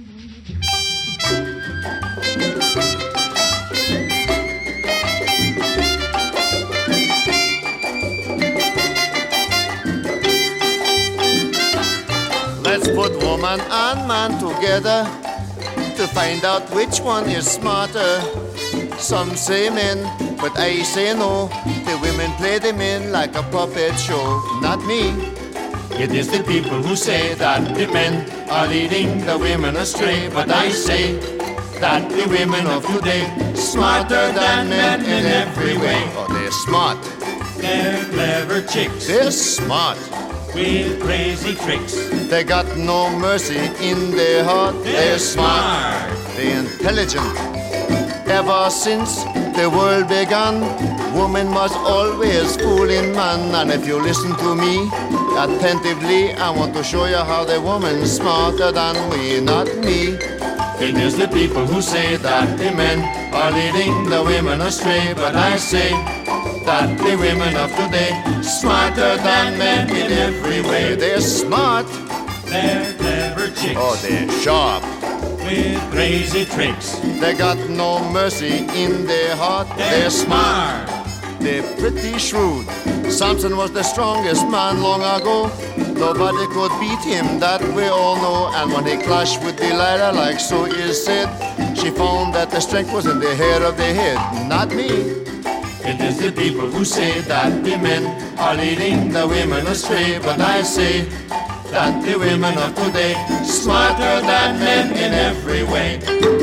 Let's put woman and man together to find out which one is smarter. Some say men, but I say no. The women play the men like a puppet show. Not me. It is the people who say that the men are leading the women astray. But I say that the women of today smarter than men in every way. Oh, they're smart. They're clever chicks. They're smart. With crazy tricks. They got no mercy in their heart. They're smart. They're intelligent. Ever since the world began, woman was always fooling man. And if you listen to me attentively, I want to show you how the woman's smarter than we, not me. It is the people who say that the men are leading the women astray. But I say that the women of today smarter than men in every way. They're smart. They're clever chicks. Oh, they're sharp. With crazy tricks. They got no mercy in their heart. They're smart. They're pretty shrewd. Samson was the strongest man long ago. Nobody could beat him, that we all know. And when he clashed with Delilah, like so is said, she found that the strength was in the hair of the head, not me. It is the people who say that the men are leading the women astray. But I say that the women of today smarter than men in every way.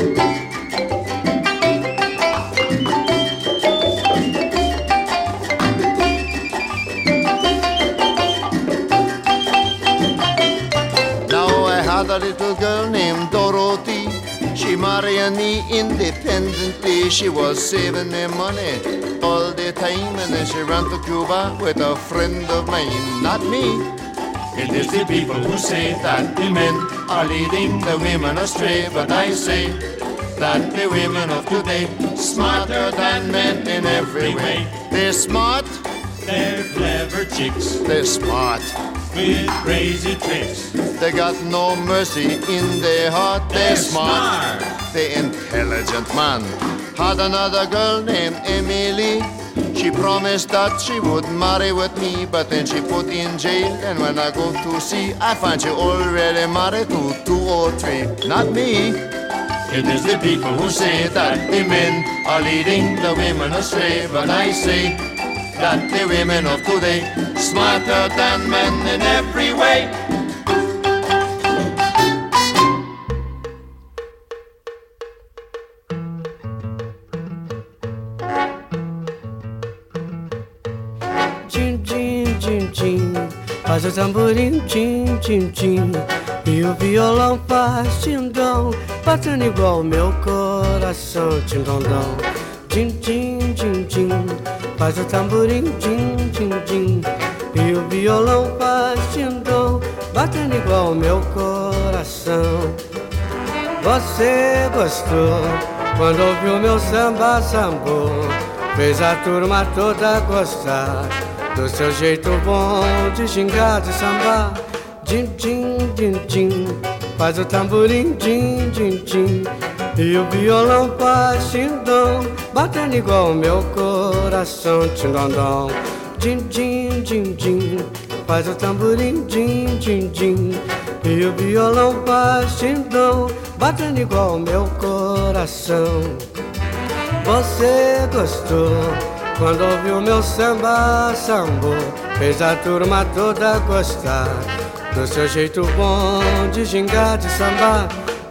A little girl named Dorothy. She married me independently. She was saving me money all the time, and then she ran to Cuba with a friend of mine, not me. It is the people who say that the men are leading the women astray. But I say that the women of today smarter than men in every way. They're smart. They're clever chicks. They're smart. with crazy tricks. They got no mercy in their heart. They're smart. They're intelligent, man. Had another girl named Emily. She promised that she would marry with me, but then she put in jail. And when I go to see, I find she already married to 2 or 3. Not me. It is the people who say that the men are leading the women astray. But I say that the women of today smarter than men in every way. Faz o tamborim, tim, tim, tim. E o violão faz tim-dom, batendo igual o meu coração. Tim-dom-dom, tim, tim, tim, tim. Faz o tamborim, tim, tim, tim. E o violão faz tim-dom, batendo igual o meu coração. Você gostou quando ouviu meu samba, sambô. Fez a turma toda gostar do seu jeito bom de gingar, de sambar. Din, din, din, din. Faz o tamborim, din, din, din. E o violão faz tim-dom, batendo igual o meu coração. Tim-dom-dom. Din, din, din, din. Faz o tamborim, din, din, din. E o violão faz tim-dom, batendo igual o meu coração. Você gostou quando ouviu meu samba, sambô. Fez a turma toda gostar do seu jeito bom de gingar, de sambar.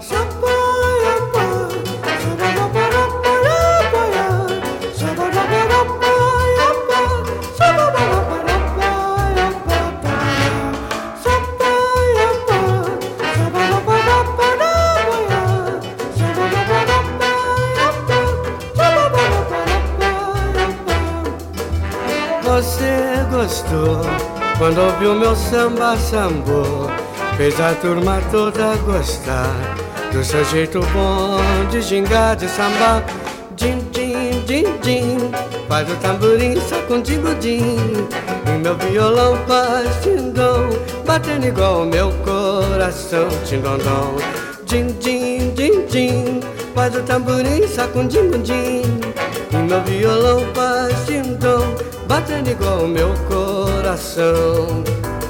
Você gostou quando ouviu meu samba, sambô. Fez a turma toda gostar do seu jeito bom de gingar, de sambar. Din, din, din, din. Faz o tamborim, sacudindo, din. E meu violão faz tim-dom, batendo igual o meu coração. Tim-dom-dom. Din, din, din, din. Faz o tamborim, sacudindo, din. E meu violão faz tim-dom, batendo igual o meu coração.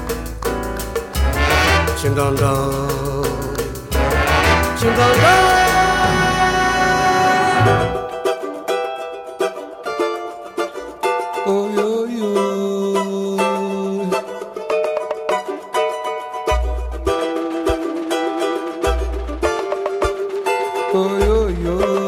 Tim-dom-dom, tim-dom-dom. Oh, yo, yo. Oh, yo, yo.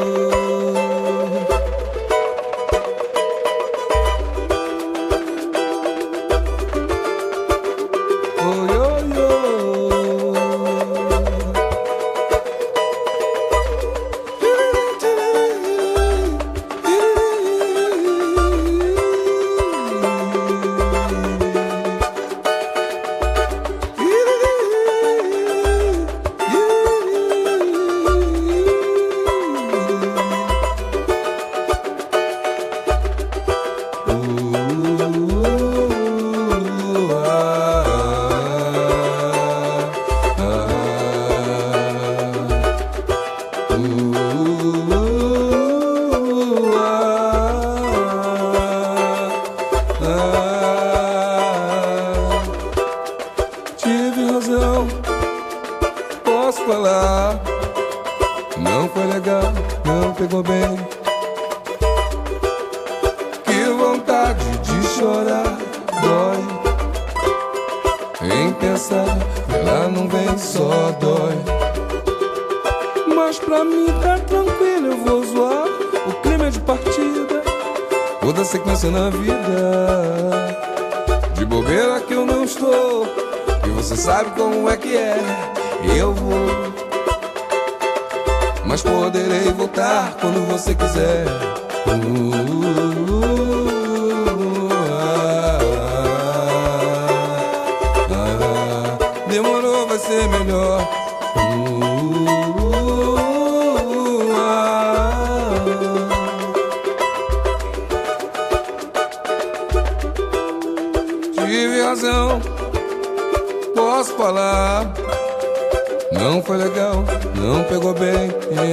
Na vida de bobeira que eu não estou, e você sabe como é que é. Eu vou, mas poderei voltar quando você quiser. Demorou, vai ser melhor. posso falar. Não foi legal, não pegou bem.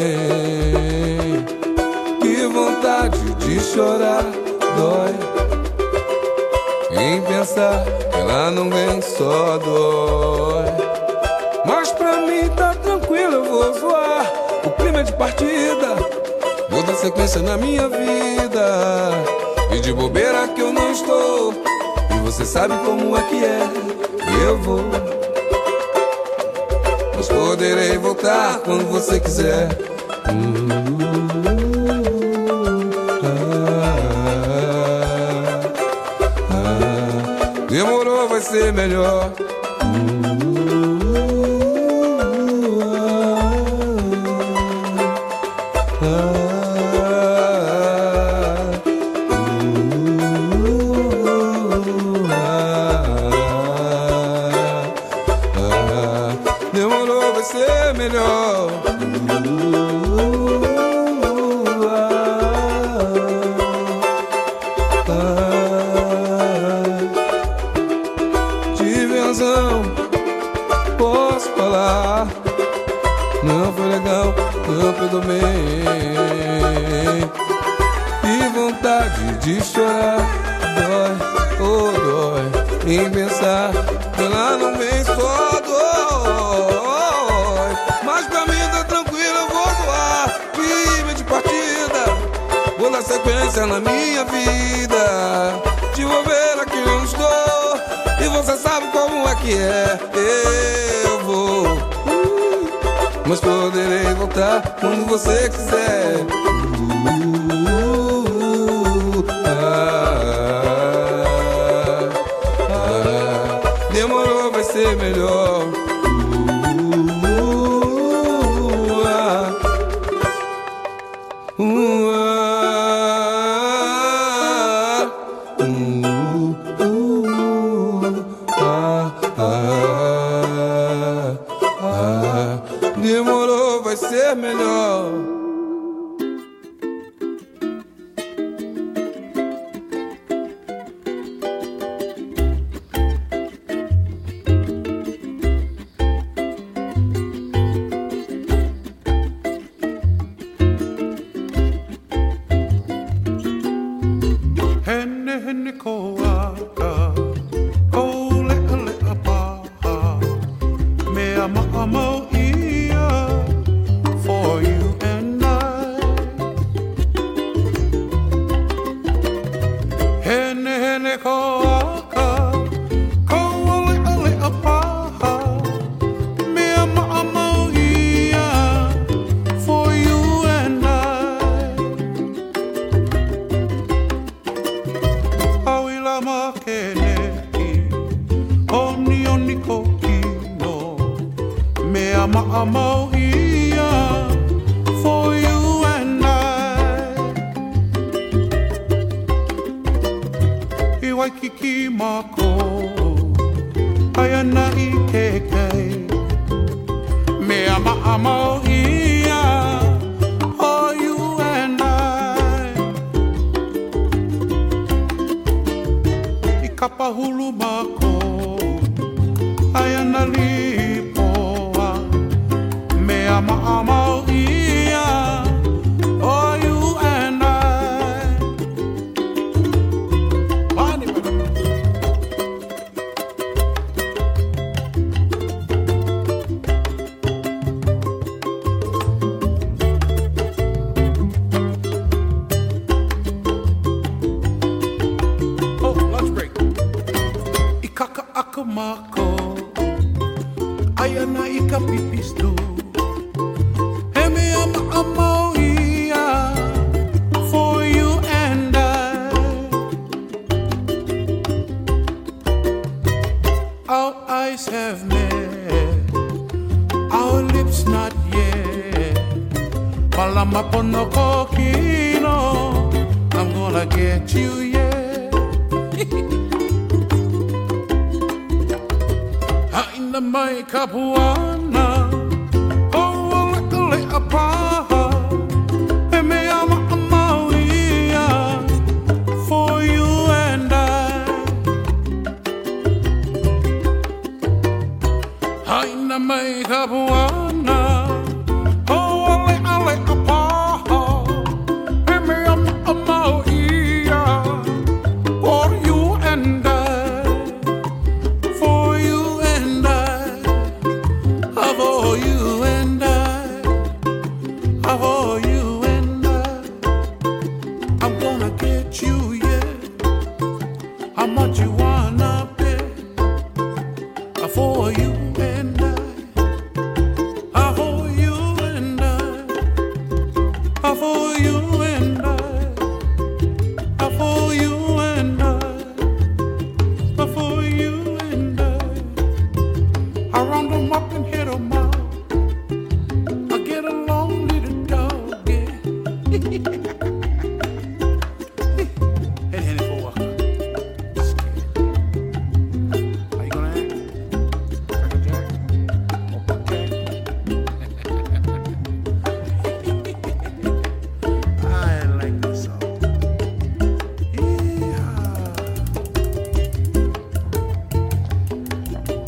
Que vontade de chorar, dói. Em pensar que ela não vem, só dói. Mas pra mim tá tranquilo, eu vou zoar. O clima é de partida, vou dar sequência na minha vida. E de bobeira que eu não estou, e você sabe como é que é. Eu vou, mas poderei voltar quando você quiser. Demorou, vai ser melhor. Demorou, vai ser melhor. Posso falar. Não foi legal, não pegou bem. E vontade de chorar, dói, oh dói. Em pensar que ela não vem, só dói. Mas pra mim tá tranquilo, eu vou voar. Clima de partida, vou dar sequência na minha vida. De bobeira que eu estou, e você sabe como é que é. Eu vou, mas poderei voltar quando você quiser. Demorou, vai ser melhor. Demorou, vai ser melhor.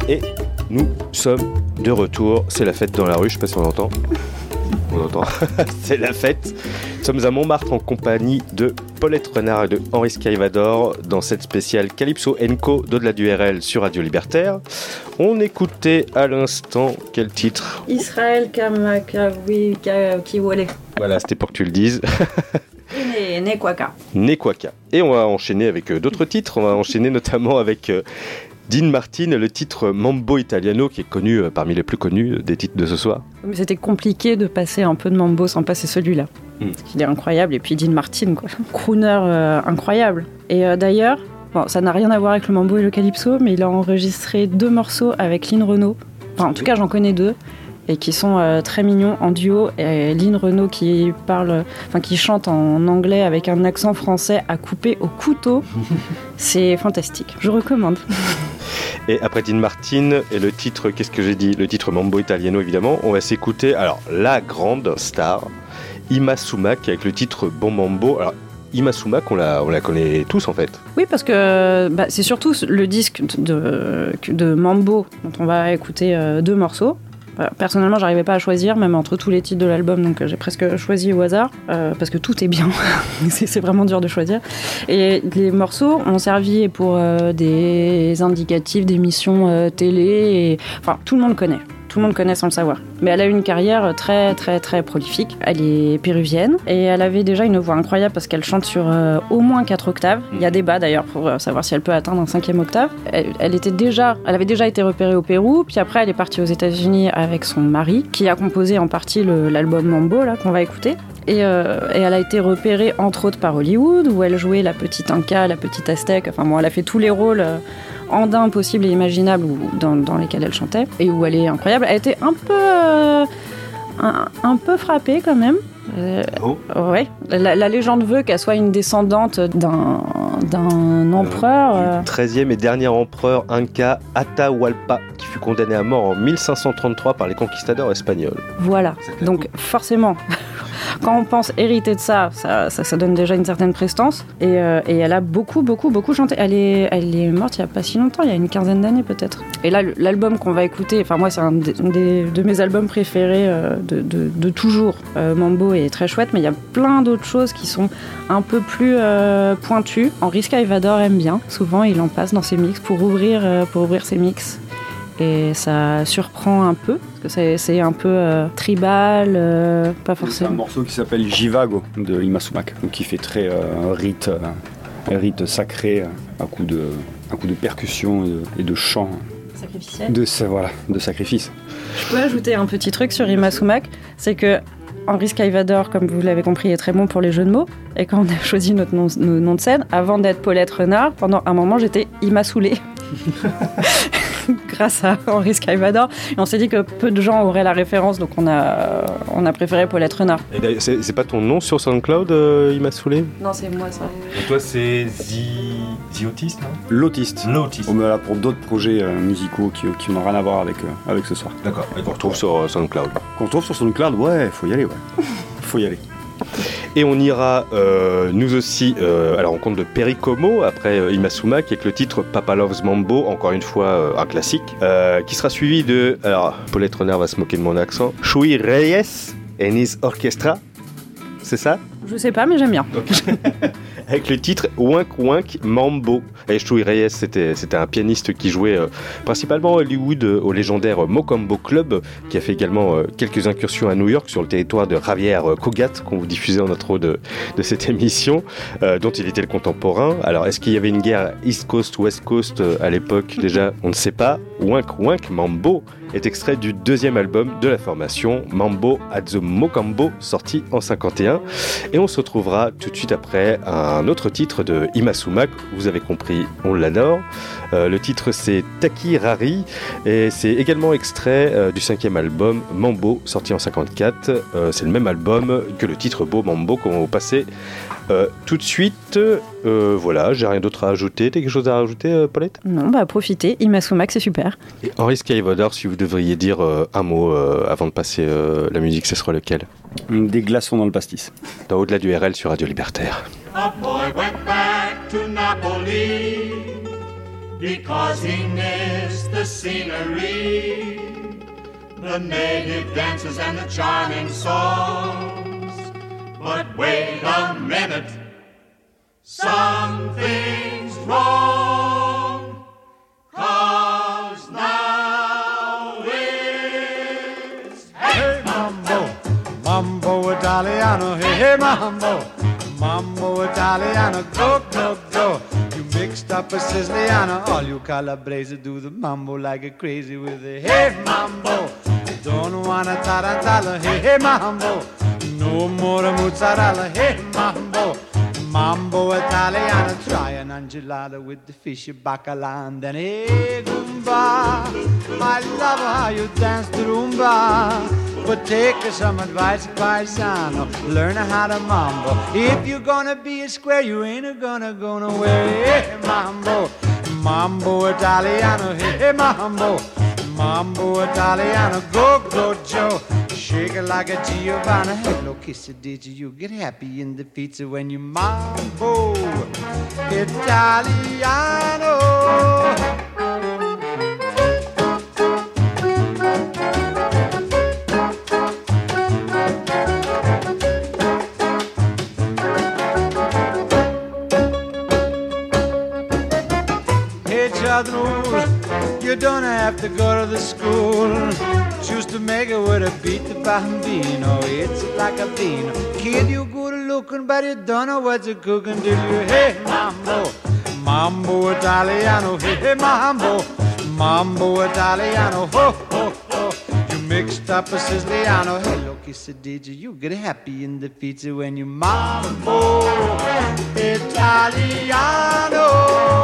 Et nous sommes de retour. C'est la fête dans la rue, je sais pas si on entend. On entend. C'est la fête. Nous sommes à Montmartre en compagnie de Paulette Renard et de Henri Skyvador dans cette spéciale Calypso & Co d'Au-delà du RL sur Radio Libertaire. On écoutait à l'instant quel titre ? Israël Kamakawi Kiwole. Voilà, c'était pour que tu le dises. Nekwaka. Nekwaka. Et on va enchaîner avec d'autres titres. On va enchaîner notamment avec Dean Martin, le titre Mambo Italiano, qui est connu parmi les plus connus des titres de ce soir. Mais c'était compliqué de passer un peu de mambo sans passer celui-là. Parce qu'il est incroyable. Et puis Dean Martin, quoi. Crooner incroyable. Et d'ailleurs, bon, ça n'a rien à voir avec le mambo et le calypso, mais il a enregistré 2 morceaux avec Lynn Renaud. Enfin, en tout cas, j'en connais 2. Et qui sont très mignons en duo. Et Lynn Renaud qui chante en anglais avec un accent français à couper au couteau. C'est fantastique. Je recommande. Et après Dean Martin et le titre, qu'est-ce que j'ai dit ? Le titre Mambo Italiano, évidemment. On va s'écouter, alors, la grande star, Yma Sumac, avec le titre Bon Mambo. Alors, Yma Sumac, on la connaît tous, en fait. Oui, parce que c'est surtout le disque de Mambo dont on va écouter 2 morceaux. Personnellement, j'arrivais pas à choisir, même entre tous les titres de l'album, donc j'ai presque choisi au hasard, parce que tout est bien. C'est vraiment dur de choisir. Et les morceaux ont servi pour des indicatifs d'émissions télé, et enfin, tout le monde connaît. Tout le monde connaît sans le savoir. Mais elle a eu une carrière très très très prolifique. Elle est péruvienne et elle avait déjà une voix incroyable parce qu'elle chante sur au moins 4 octaves. Il y a débat d'ailleurs pour savoir si elle peut atteindre un 5e octave. Elle avait déjà été repérée au Pérou, puis après elle est partie aux États-Unis avec son mari qui a composé en partie l'album Mambo là qu'on va écouter. Et elle a été repérée entre autres par Hollywood où elle jouait la petite Inca, la petite Aztèque. Enfin bon, elle a fait tous les rôles andins possibles et imaginables dans lesquels elle chantait et où elle est incroyable. Elle a été un peu frappée quand même. Ouais. La légende veut qu'elle soit une descendante d'un empereur. Du 13e et dernier empereur Inca Atahualpa, qui fut condamné à mort en 1533 par les conquistadors espagnols. Voilà. Donc forcément, quand on pense hériter de ça donne déjà une certaine prestance. Et elle a beaucoup chanté. Elle est morte il n'y a pas si longtemps, il y a une 15aine d'années peut-être. Et là, l'album qu'on va écouter, enfin moi c'est un de mes albums préférés de toujours. Mambo est très chouette, mais il y a plein d'autres choses qui sont un peu plus pointues. Henri Skyvador aime bien. Souvent, il en passe dans ses mix pour ouvrir ses mix. Et ça surprend un peu, parce que c'est un peu tribal, pas forcément. C'est un morceau qui s'appelle Jivago de Yma Sumac, donc qui fait très rite sacré, à coup de percussion et de chant. Sacrificiel. De sacrifice. Je peux ajouter un petit truc sur Yma Sumac, c'est que Henri Skyvador, comme vous l'avez compris, est très bon pour les jeux de mots. Et quand on a choisi notre nom de scène, avant d'être Paulette Renard, pendant un moment, j'étais Yma Soulé. Grâce à Henri Skyvador. Et on s'est dit que peu de gens auraient la référence, donc on a préféré Paulette Renard. Et c'est pas ton nom sur SoundCloud, Yma Soulé ? Non, c'est moi ça. Et toi, c'est The Autiste, non ? L'autiste. On est là pour d'autres projets musicaux qui n'ont rien à voir avec ce soir. D'accord. Et qu'on retrouve sur SoundCloud. Qu'on retrouve sur SoundCloud, ouais, faut y aller, ouais. Faut y aller. Et on ira, nous aussi, à la rencontre de Perry Como, après Yma Sumac, avec le titre Papa Loves Mambo, encore une fois un classique, qui sera suivi de, alors Paulette Renard va se moquer de mon accent, Chuy Reyes and his Orchestra, c'est ça ? Je sais pas, mais j'aime bien. Okay. Avec le titre Wink Wink Mambo. Et Chuy Reyes, c'était un pianiste qui jouait principalement à Hollywood au légendaire Mocambo Club, qui a fait également quelques incursions à New York sur le territoire de Javier Cugat, qu'on vous diffusait en intro de cette émission, dont il était le contemporain. Alors, est-ce qu'il y avait une guerre East Coast, West Coast à l'époque ? Déjà, on ne sait pas. Wink Wink Mambo est extrait du 2e album de la formation, Mambo at the Mocambo, sorti en 51. Et on se retrouvera tout de suite après un autre titre de Yma Sumac. Vous avez compris, on l'adore. Le titre, c'est Taki Rari. Et c'est également extrait du 5e album, Mambo, sorti en 54. C'est le même album que le titre Beau Mambo qu'on va vous passer tout de suite. Voilà, j'ai rien d'autre à ajouter. T'as quelque chose à rajouter, Paulette ? Non, profitez. Yma Sumac, c'est super. Et Henri Skyvador, si vous devriez dire un mot avant de passer la musique, ce sera lequel ? Des glaçons dans le pastis. Dans Au-delà du RL sur Radio Libertaire. A boy went back to Napoli. because he missed the scenery, the native dances and the charming songs. But wait a minute, something's wrong, 'cause now it's hey mambo, mambo Italiano, hey mambo, mambo Italiano, go go go. You mixed up a Siciliano, all you Calabrese do the mambo like a crazy with a hey mambo. Don't wanna tarantella, hey mambo. No more mozzarella, hey mambo, mambo Italiano. Try an angelada with the fish bacala and then hey Goomba. I love how you dance the rumba, but take some advice, paisano. Learn how to mambo. If you're gonna be a square, you ain't gonna go nowhere. Hey mambo, mambo Italiano, hey mambo, mambo Italiano. Go go Joe. Shake it like a Giovanna. Hello, Quesadilla. You get happy in the pizza when you mambo Italiano. Hey, Chadru, you don't have to go to the school. Choose to make it with a beat the bambino. It's like a bean. Kid, you good looking, but you don't know what you're cooking till you hey mambo, mambo Italiano. Hey mambo, mambo Italiano. Ho ho ho. You mixed up a Siciliano. Hello, Quesadilla. You get happy in the pizza when you mambo Italiano.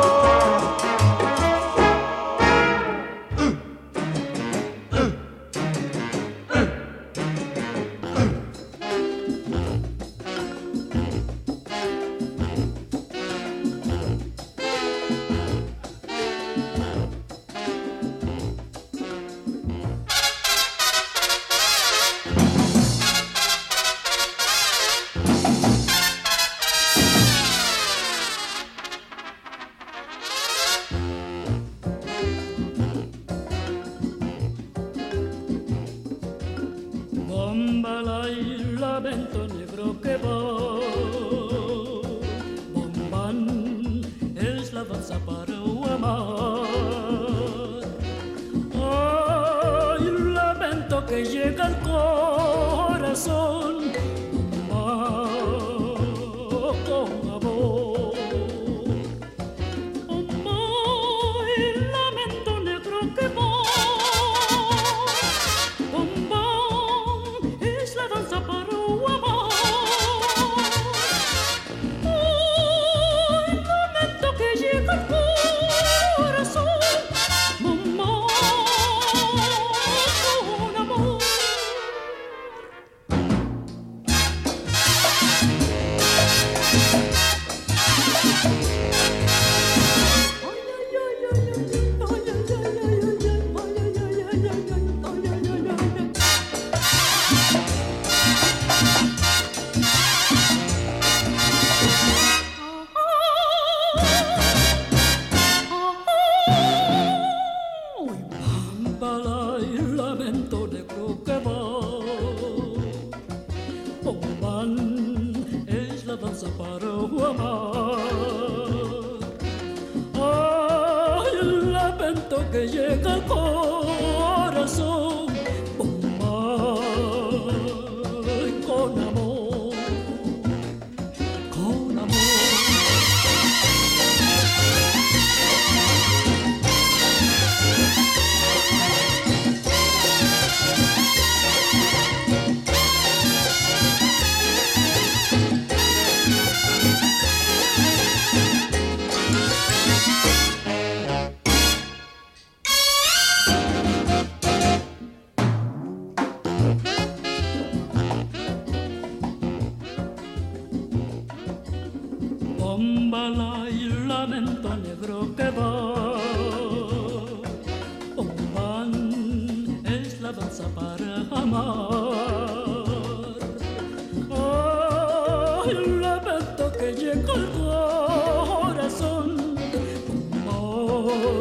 El lamento que llega al corazón,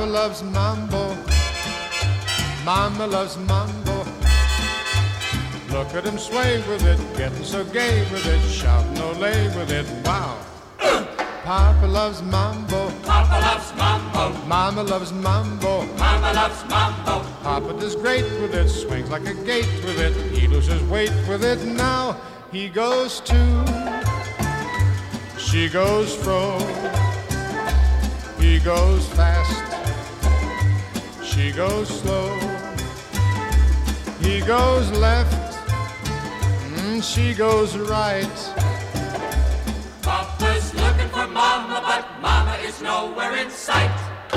loves mambo. Mama loves mambo. Look at him sway with it, getting so gay with it, shouting olay with it, wow. Papa loves mambo. Papa loves mambo. Mama loves mambo. Mama loves mambo. Papa does great with it, swings like a gate with it, he loses weight with it. Now he goes to, she goes fro, he goes fast, she goes slow, he goes left, she goes right. Papa's looking for Mama, but Mama is nowhere in sight.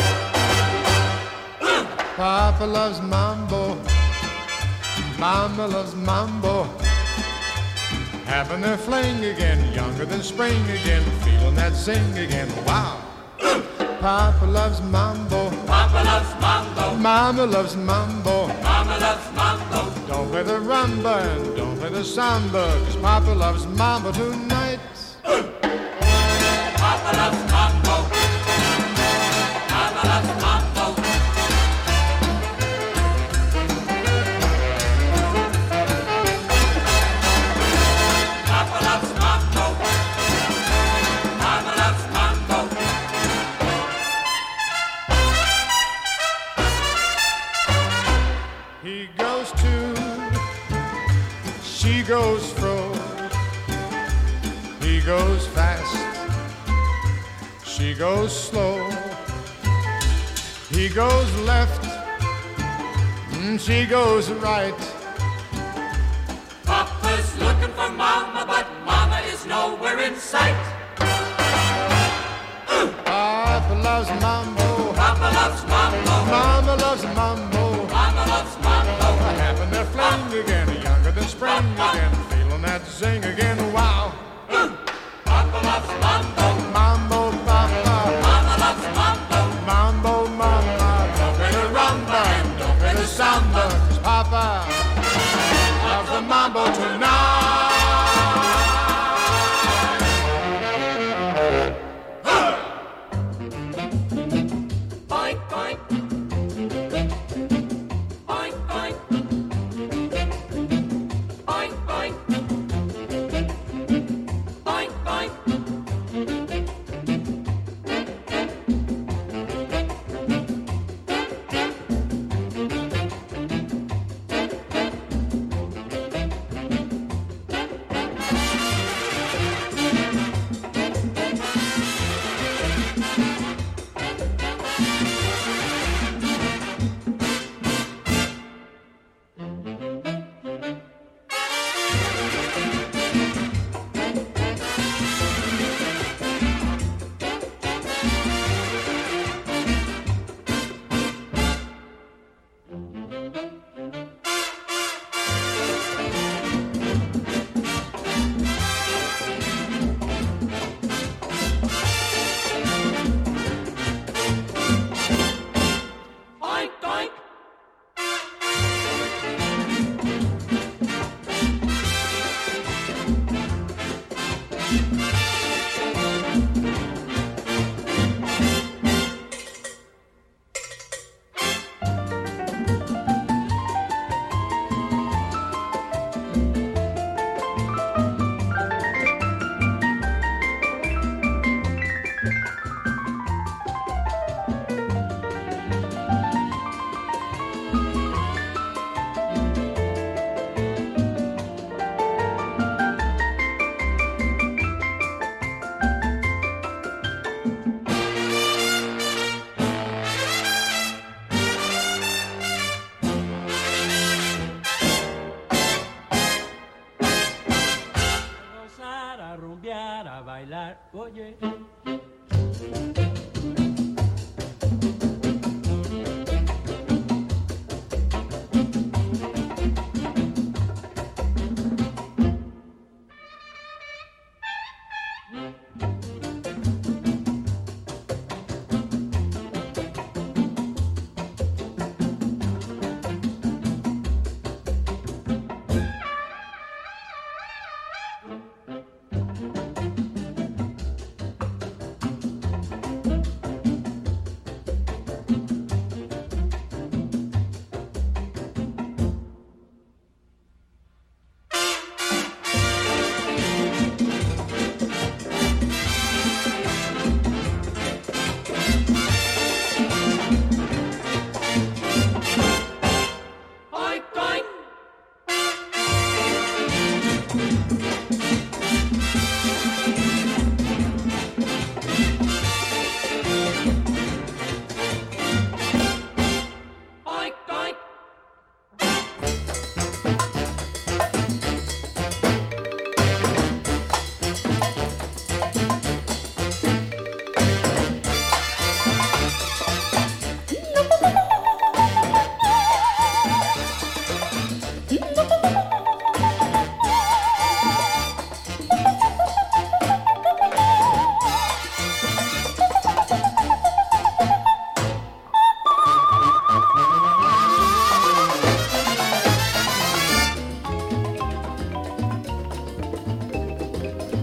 Papa loves mambo. Mama loves mambo. Having their fling again, younger than spring again, feeling that zing again, wow. Papa loves mambo. Papa loves mambo. Mama loves mambo. Mama loves mambo. Don't play the rumba and don't play the samba, 'cause Papa loves mambo tonight. Papa loves mambo. Mama loves mambo. Papa loves mambo. Mama loves mambo. He goes to, she goes fro, he goes fast, she goes slow, he goes left, she goes right. Papa's looking for Mama, but Mama is nowhere in sight. Papa loves mambo. Papa loves mambo. Mama loves mambo. Mama loves mambo. Having their fling again, younger than spring again, feeling that zing again, wow. Papa loves mambo. Mambo, papa. Mama loves mambo. Mambo, mama. Don't play the rumba and don't play the samba, 'cause Papa loves the mambo tonight. Boink, boink. Boink, boink. Boink, boink. Boink, boink. Boink, boink. Gozar, a rumbear, a bailar, oye.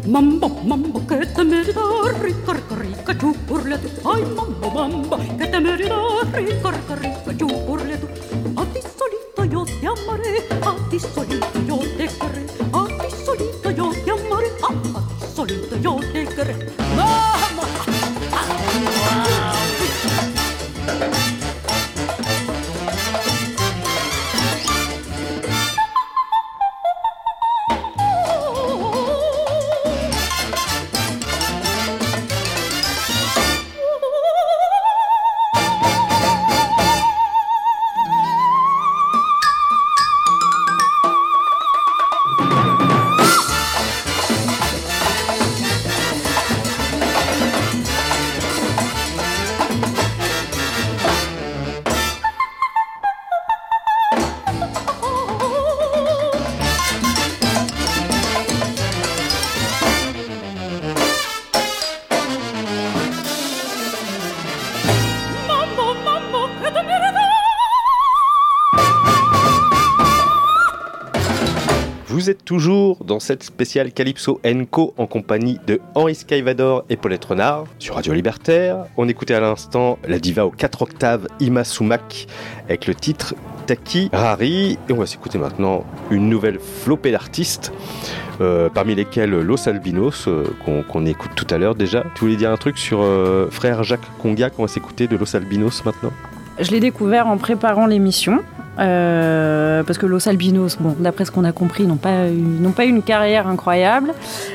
Mambo, mambo, que te merita, rica, rica, rica, tú por le tú. Ay, mambo, mambo, que te merita, rica, rica, rica, tú por le tú. A ti solito yo te amaré, a ti solito yo te querré, a ti solito yo te amaré, a ti solito yo te querré. Mamma! Vous êtes toujours dans cette spéciale Calypso & Co en compagnie de Henri Skyvador et Paulette Renard sur Radio Libertaire. On écoutait à l'instant la diva aux 4 octaves Ima Sumac avec le titre Taki Rari. Et on va s'écouter maintenant une nouvelle flopée d'artistes, parmi lesquels Los Albinos, qu'on écoute tout à l'heure déjà. Tu voulais dire un truc sur Frère Jacques Conga qu'on va s'écouter de Los Albinos maintenant ? Je l'ai découvert en préparant l'émission. Parce que Los Albinos, bon, d'après ce qu'on a compris, n'ont pas eu une carrière incroyable.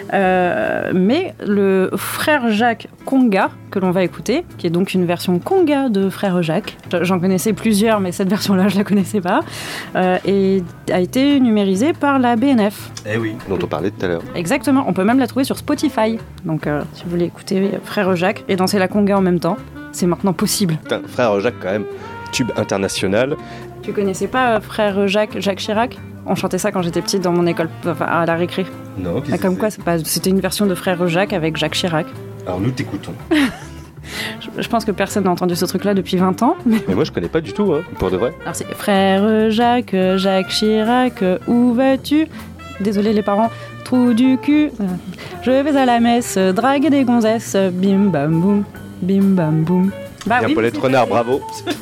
Mais le Frère Jacques Conga, que l'on va écouter, qui est donc une version Conga de Frère Jacques. J'en connaissais plusieurs, mais cette version-là, je ne la connaissais pas. Et a été numérisée par la BNF. Eh oui, dont on parlait tout à l'heure. Exactement, on peut même la trouver sur Spotify. Donc, si vous voulez écouter Frère Jacques et danser la Conga en même temps, c'est maintenant possible. Putain, Frère Jacques, quand même, tube international. Tu connaissais pas Frère Jacques Chirac ? On chantait ça quand j'étais petite dans mon école, enfin, à la récré. Non, qu'est-ce comme quoi, c'était une version de Frère Jacques avec Jacques Chirac. Alors nous t'écoutons. Je pense que personne n'a entendu ce truc-là depuis 20 ans. Mais moi je connais pas du tout, hein, pour de vrai. Alors c'est Frère Jacques Chirac, où vas-tu ? Désolé les parents, trou du cul. Je vais à la messe, draguer des gonzesses, bim bam boum, bim bam boum. Bah bien, oui, Paulette Renard, bravo.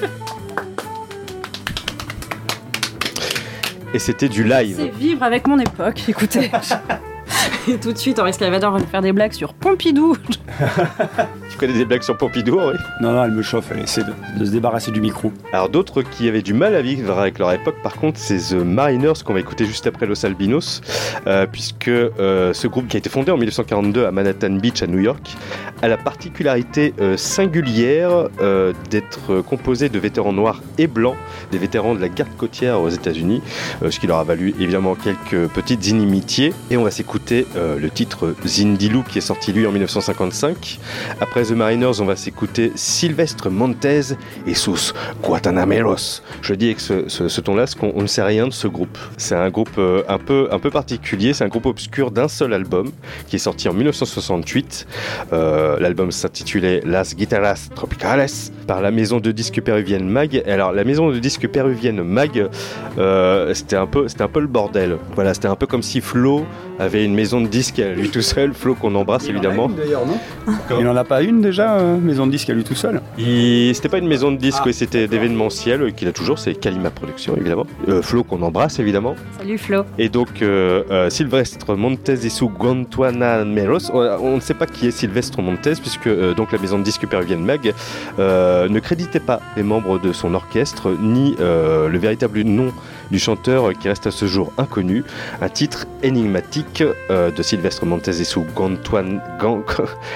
Et c'était du live. C'est vivre avec mon époque, écoutez. Et tout de suite, Henri Skyvador va nous faire des blagues sur Pompidou. Tu connais des blagues sur Pompidou, Henri ? Non, elle me chauffe, elle essaie de se débarrasser du micro. Alors d'autres qui avaient du mal à vivre avec leur époque, par contre, c'est The Mariners, qu'on va écouter juste après Los Albinos, puisque ce groupe qui a été fondé en 1942 à Manhattan Beach, à New York, a la particularité singulière d'être composé de vétérans noirs et blancs, des vétérans de la garde côtière aux États-Unis, ce qui leur a valu évidemment quelques petites inimitiés. Et on va s'écouter le titre Zindilou, qui est sorti lui en 1955. Après The Mariners, on va s'écouter Sylvestre Montez et sus Guatanameros. Je dis avec ce ton-là, parce qu'on ne sait rien de ce groupe. C'est un groupe un peu particulier, c'est un groupe obscur d'un seul album, qui est sorti en 1968. L'album s'intitulait Las Guitarras Tropicales, par la maison de disques péruvienne Mag. Et alors, la maison de disques péruvienne Mag, c'était un peu le bordel. Voilà, c'était un peu comme si Flo avait une maison de disques à lui tout seul, Flo qu'on embrasse évidemment. Il en a une d'ailleurs, non ? Il n'en a pas une déjà, maison de disques à lui tout seul ? C'était pas une maison de disques, oui, c'était d'événementiel qu'il a toujours, c'est Kalima Productions évidemment. Flo qu'on embrasse évidemment. Salut Flo. Et donc Sylvestre Montez et su Guantanameros, on ne sait pas qui est Sylvestre Montez puisque donc la maison de disques péruvienne Mag ne créditait pas les membres de son orchestre ni le véritable nom du chanteur qui reste à ce jour inconnu. Un titre énigmatique de Sylvestre Montez et su Guantanameros,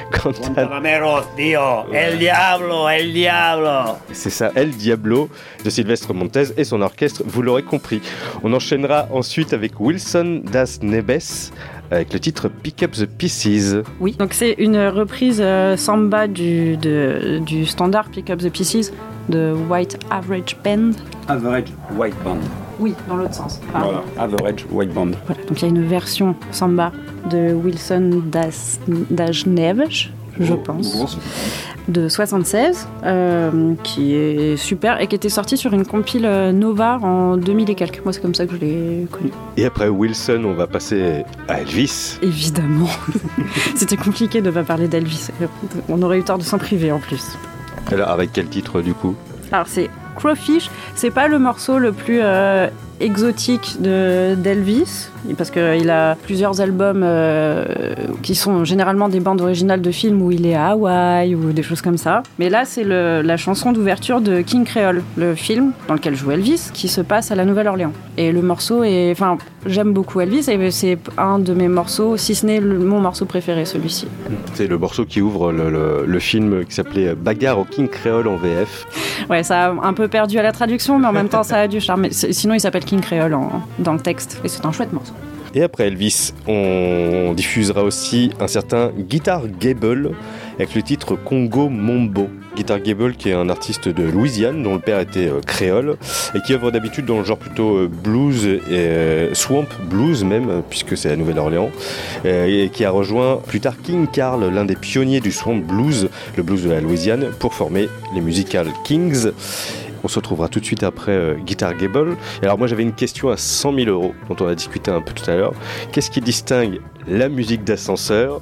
Dio, El Diablo, El Diablo. C'est ça, El Diablo de Sylvestre Montez et son orchestre, vous l'aurez compris. On enchaînera ensuite avec Wilson Das Neves avec le titre Pick Up the Pieces. Oui, donc c'est une reprise samba du standard Pick Up the Pieces de White Average Band. Average White Band. Oui, dans l'autre sens. Voilà, Average White Band. Voilà, donc il y a une version samba de Wilson Das Neves. je pense, de 76, qui est super et qui était sorti sur une compile Nova en 2000 et quelques. Moi, c'est comme ça que je l'ai connu. Et après Wilson, on va passer à Elvis. Évidemment. C'était compliqué de ne pas parler d'Elvis. On aurait eu tort de s'en priver en plus. Alors, avec quel titre du coup ? Alors, c'est Crawfish. C'est pas le morceau le plus exotique d'Elvis, parce qu'il a plusieurs albums qui sont généralement des bandes originales de films où il est à Hawaï ou des choses comme ça. Mais là, c'est la chanson d'ouverture de King Creole, le film dans lequel joue Elvis, qui se passe à la Nouvelle-Orléans. Et le morceau est... Enfin, j'aime beaucoup Elvis et c'est un de mes morceaux, si ce n'est mon morceau préféré, celui-ci. C'est le morceau qui ouvre le film qui s'appelait Bagarre au King Creole en VF. Ouais, ça a un peu perdu à la traduction, mais en même temps, ça a du charme. Sinon, il s'appelle King Creole dans le texte. Et c'est un chouette morceau. Et après Elvis, on diffusera aussi un certain Guitar Gable avec le titre Congo Mombo. Guitar Gable qui est un artiste de Louisiane dont le père était créole et qui œuvre d'habitude dans le genre plutôt blues et swamp blues même, puisque c'est la Nouvelle-Orléans, et qui a rejoint plus tard King Carl, l'un des pionniers du swamp blues, le blues de la Louisiane, pour former les Musical Kings. On se retrouvera tout de suite après Guitar Gable. Et alors moi j'avais une question à 100 000 €, dont on a discuté un peu tout à l'heure. Qu'est-ce qui distingue la musique d'ascenseur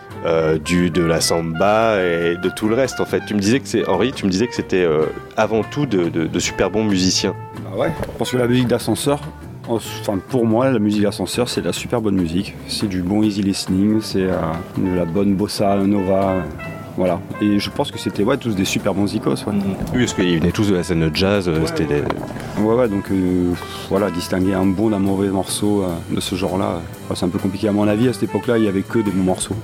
de la samba et de tout le reste en fait? Tu me disais que c'était avant tout de super bons musiciens. Bah ouais, parce que la musique d'ascenseur, enfin pour moi la musique d'ascenseur c'est de la super bonne musique. C'est du bon easy listening, c'est de la bonne bossa nova. Voilà, et je pense que c'était tous des super bons icos. Ouais. Oui, parce qu'ils venaient tous de la scène de jazz, c'était des... Ouais, donc voilà, distinguer un bon d'un mauvais morceau de ce genre-là, c'est un peu compliqué. À mon avis, à cette époque-là, il n'y avait que des bons morceaux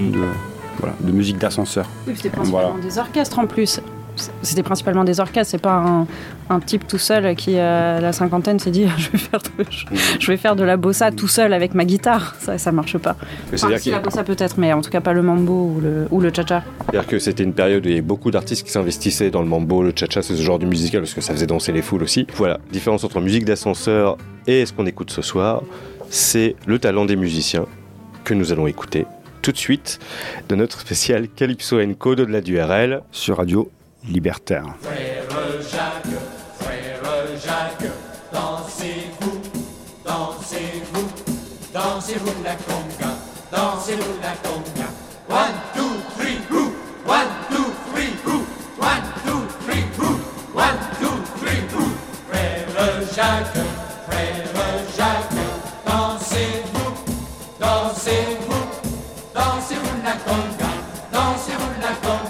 de musique d'ascenseur. Oui, c'était principalement des orchestres en plus. C'était principalement des orchestres, c'est pas un type tout seul qui à la cinquantaine s'est dit je vais faire de la bossa tout seul avec ma guitare, ça marche pas. Enfin, si la bossa peut-être, mais en tout cas pas le mambo ou le cha-cha. C'est-à-dire que c'était une période où il y avait beaucoup d'artistes qui s'investissaient dans le mambo, le cha-cha, c'est ce genre de musical parce que ça faisait danser les foules aussi. Voilà, différence entre musique d'ascenseur et ce qu'on écoute ce soir, c'est le talent des musiciens que nous allons écouter tout de suite de notre spécial Calypso & Co de l'URL sur Radio Libertaire. Frère Jacques, dansez-vous, dansez-vous, dansez-vous la conga, dansez-vous la conga. 1, 2, 3, who, 1, 2, 3, who, 1, 2, 3, who, 1, 2, 3, who. Frère Jacques, dansez-vous, dansez-vous, dansez-vous la conga, dansez-vous la conga.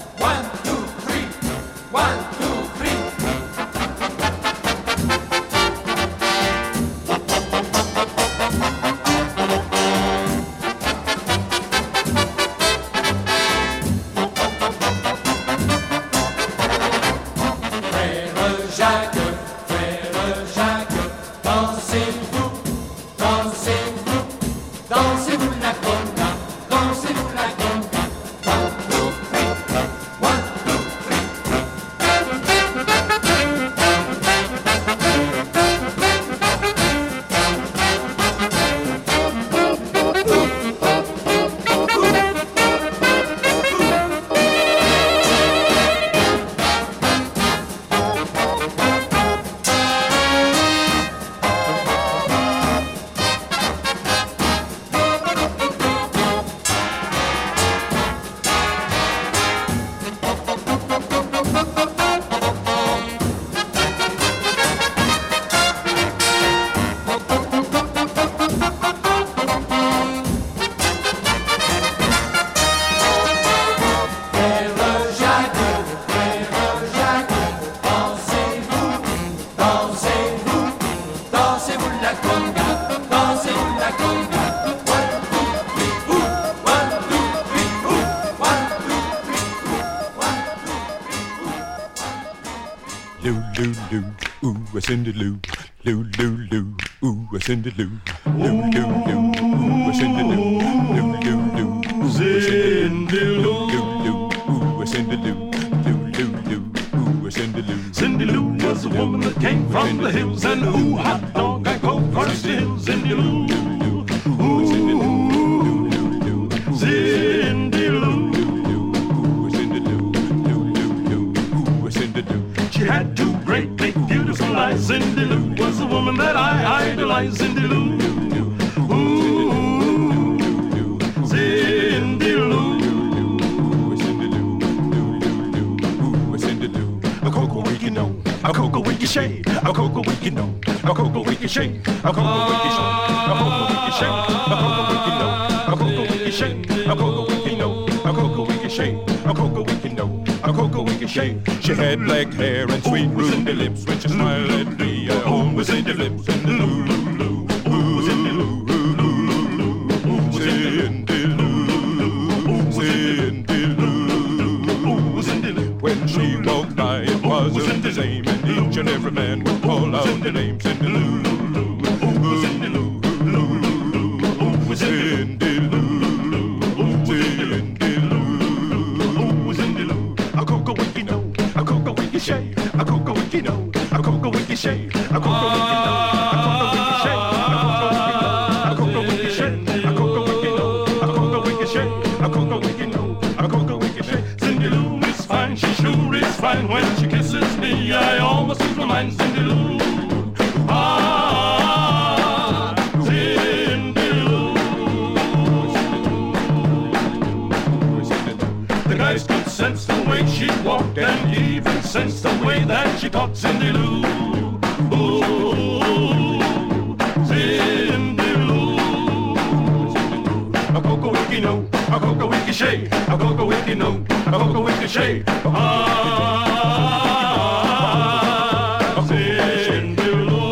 Cindy Lou, Lou, Lou, Lou, ooh, Cindy Lou, Lou, Lou, Lou, ooh, Cindy Lou, Lou, Lou, Lou, Cindy Lou, ooh, Cindy Lou, Lou, Lou, Lou, ooh, Cindy Lou. Cindy Lou was a woman that came from the hills, and ooh, hot dog, I go first the hills. Cindy Lou, ooh, Cindy Lou, Cindy Lou. my Cindy Lou. Ooh, Cindy Lou. A cocoa we can know, a cocoa we can shake, a cocoa we can know, a cocoa we can shake, a cocoa we can shake, a cocoa we can shake, a cocoa we can know, a cocoa we can shake, a cocoa we can know, a cocoa we can shake, a cocoa we can know, a cocoa we can shake. She had black hair and sweet ruby lips when she smiled at me. Oh, was in the lips and the loo loo loo. Ooh, was in the loo loo loo. Ooh, was in the loo loo. Cindy Lou. Was in the loo. When she walked by, it wasn't the same, and each and every man would call out the name. Cindy Lou Lou. Was in the loo loo loo. Was in the loo loo. Cindy Lou. Was in the loo. A cocoa wiki no, a cocoa wiki shake, a cocoa wiki no, a cocoa wiki shake, a cocoa wiki no, a cocoa wiki shake, a cocoa wiki shake, a cocoa wiki no, a cocoa wiki shake, a cocoa wiki no, a cocoa wiki shake. Cindy Lou is fine, she sure is fine. When she kisses me, I almost lose my mind. Cindy Lou, ah, Cindy Lou. The guy's good sense the way she walked, and even sense the way that she talked. Cindy Lou, ooh, Cindy Lou. A cocoa wiki no, a cocoa wiki shake, a cocoa wiki no, a cocoa wiki shake. Ah, Cindy Lou.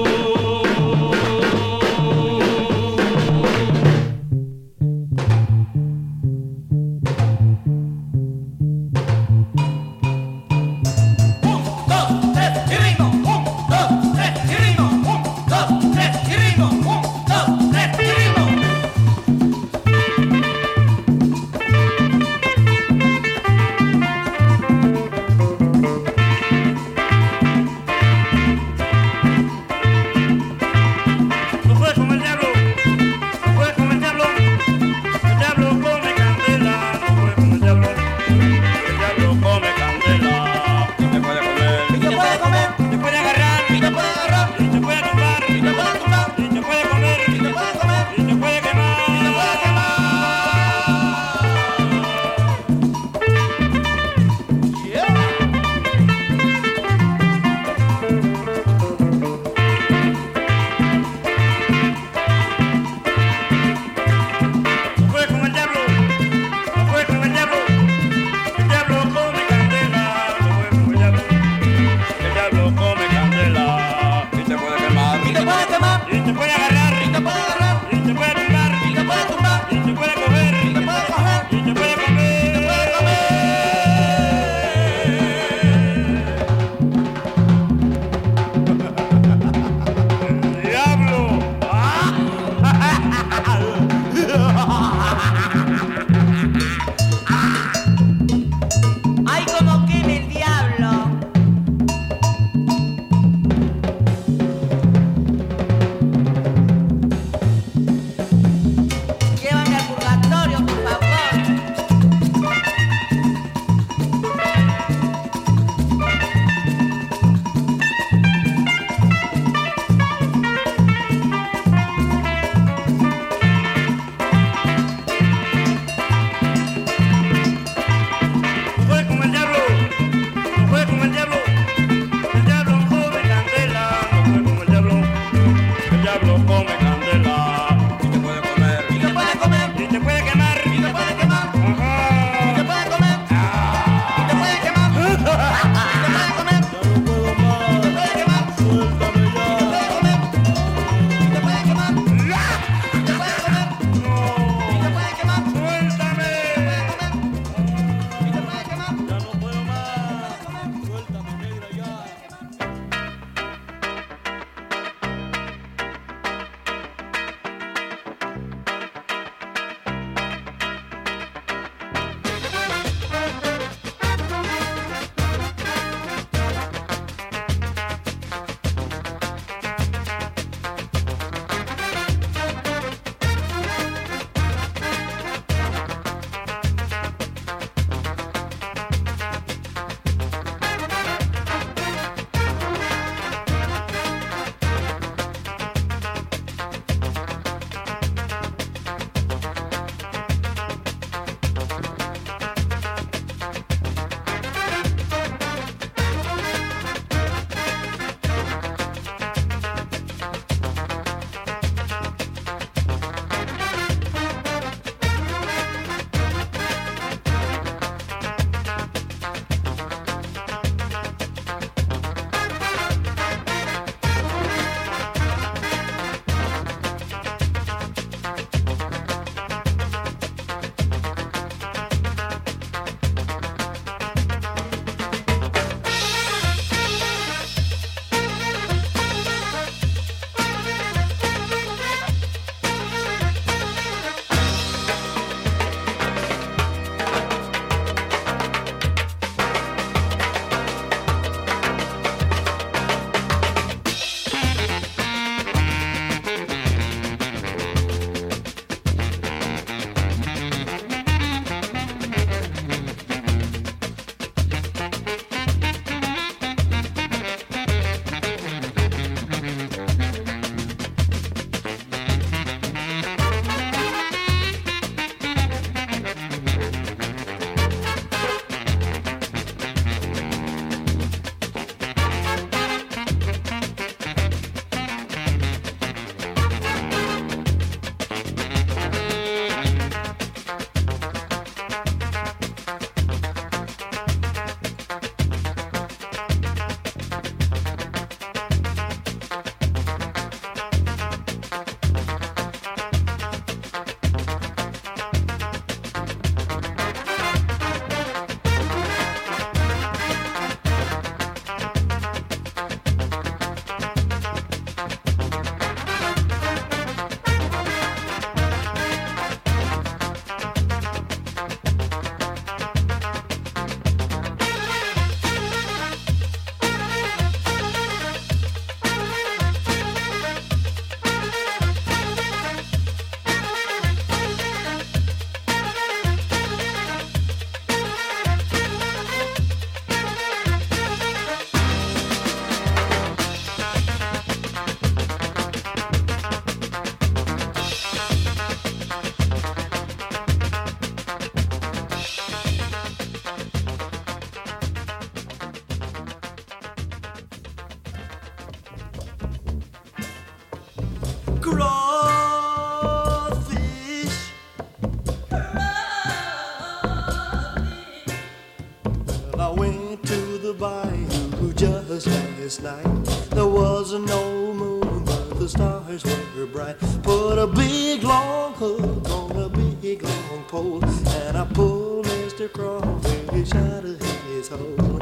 moonless night. There was no moon, but the stars were bright. Put a big long hook on a big long pole, and I pulled Mr. Crawfish out of his hole.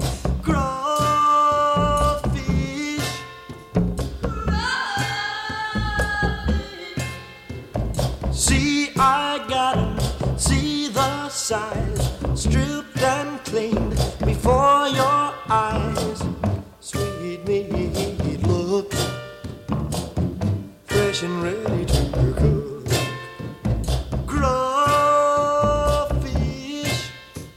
Crawfish, see, I got him, see the size, stripped and cleaned before your eyes. Sweet meat look, fresh and ready to cook. Crawfish,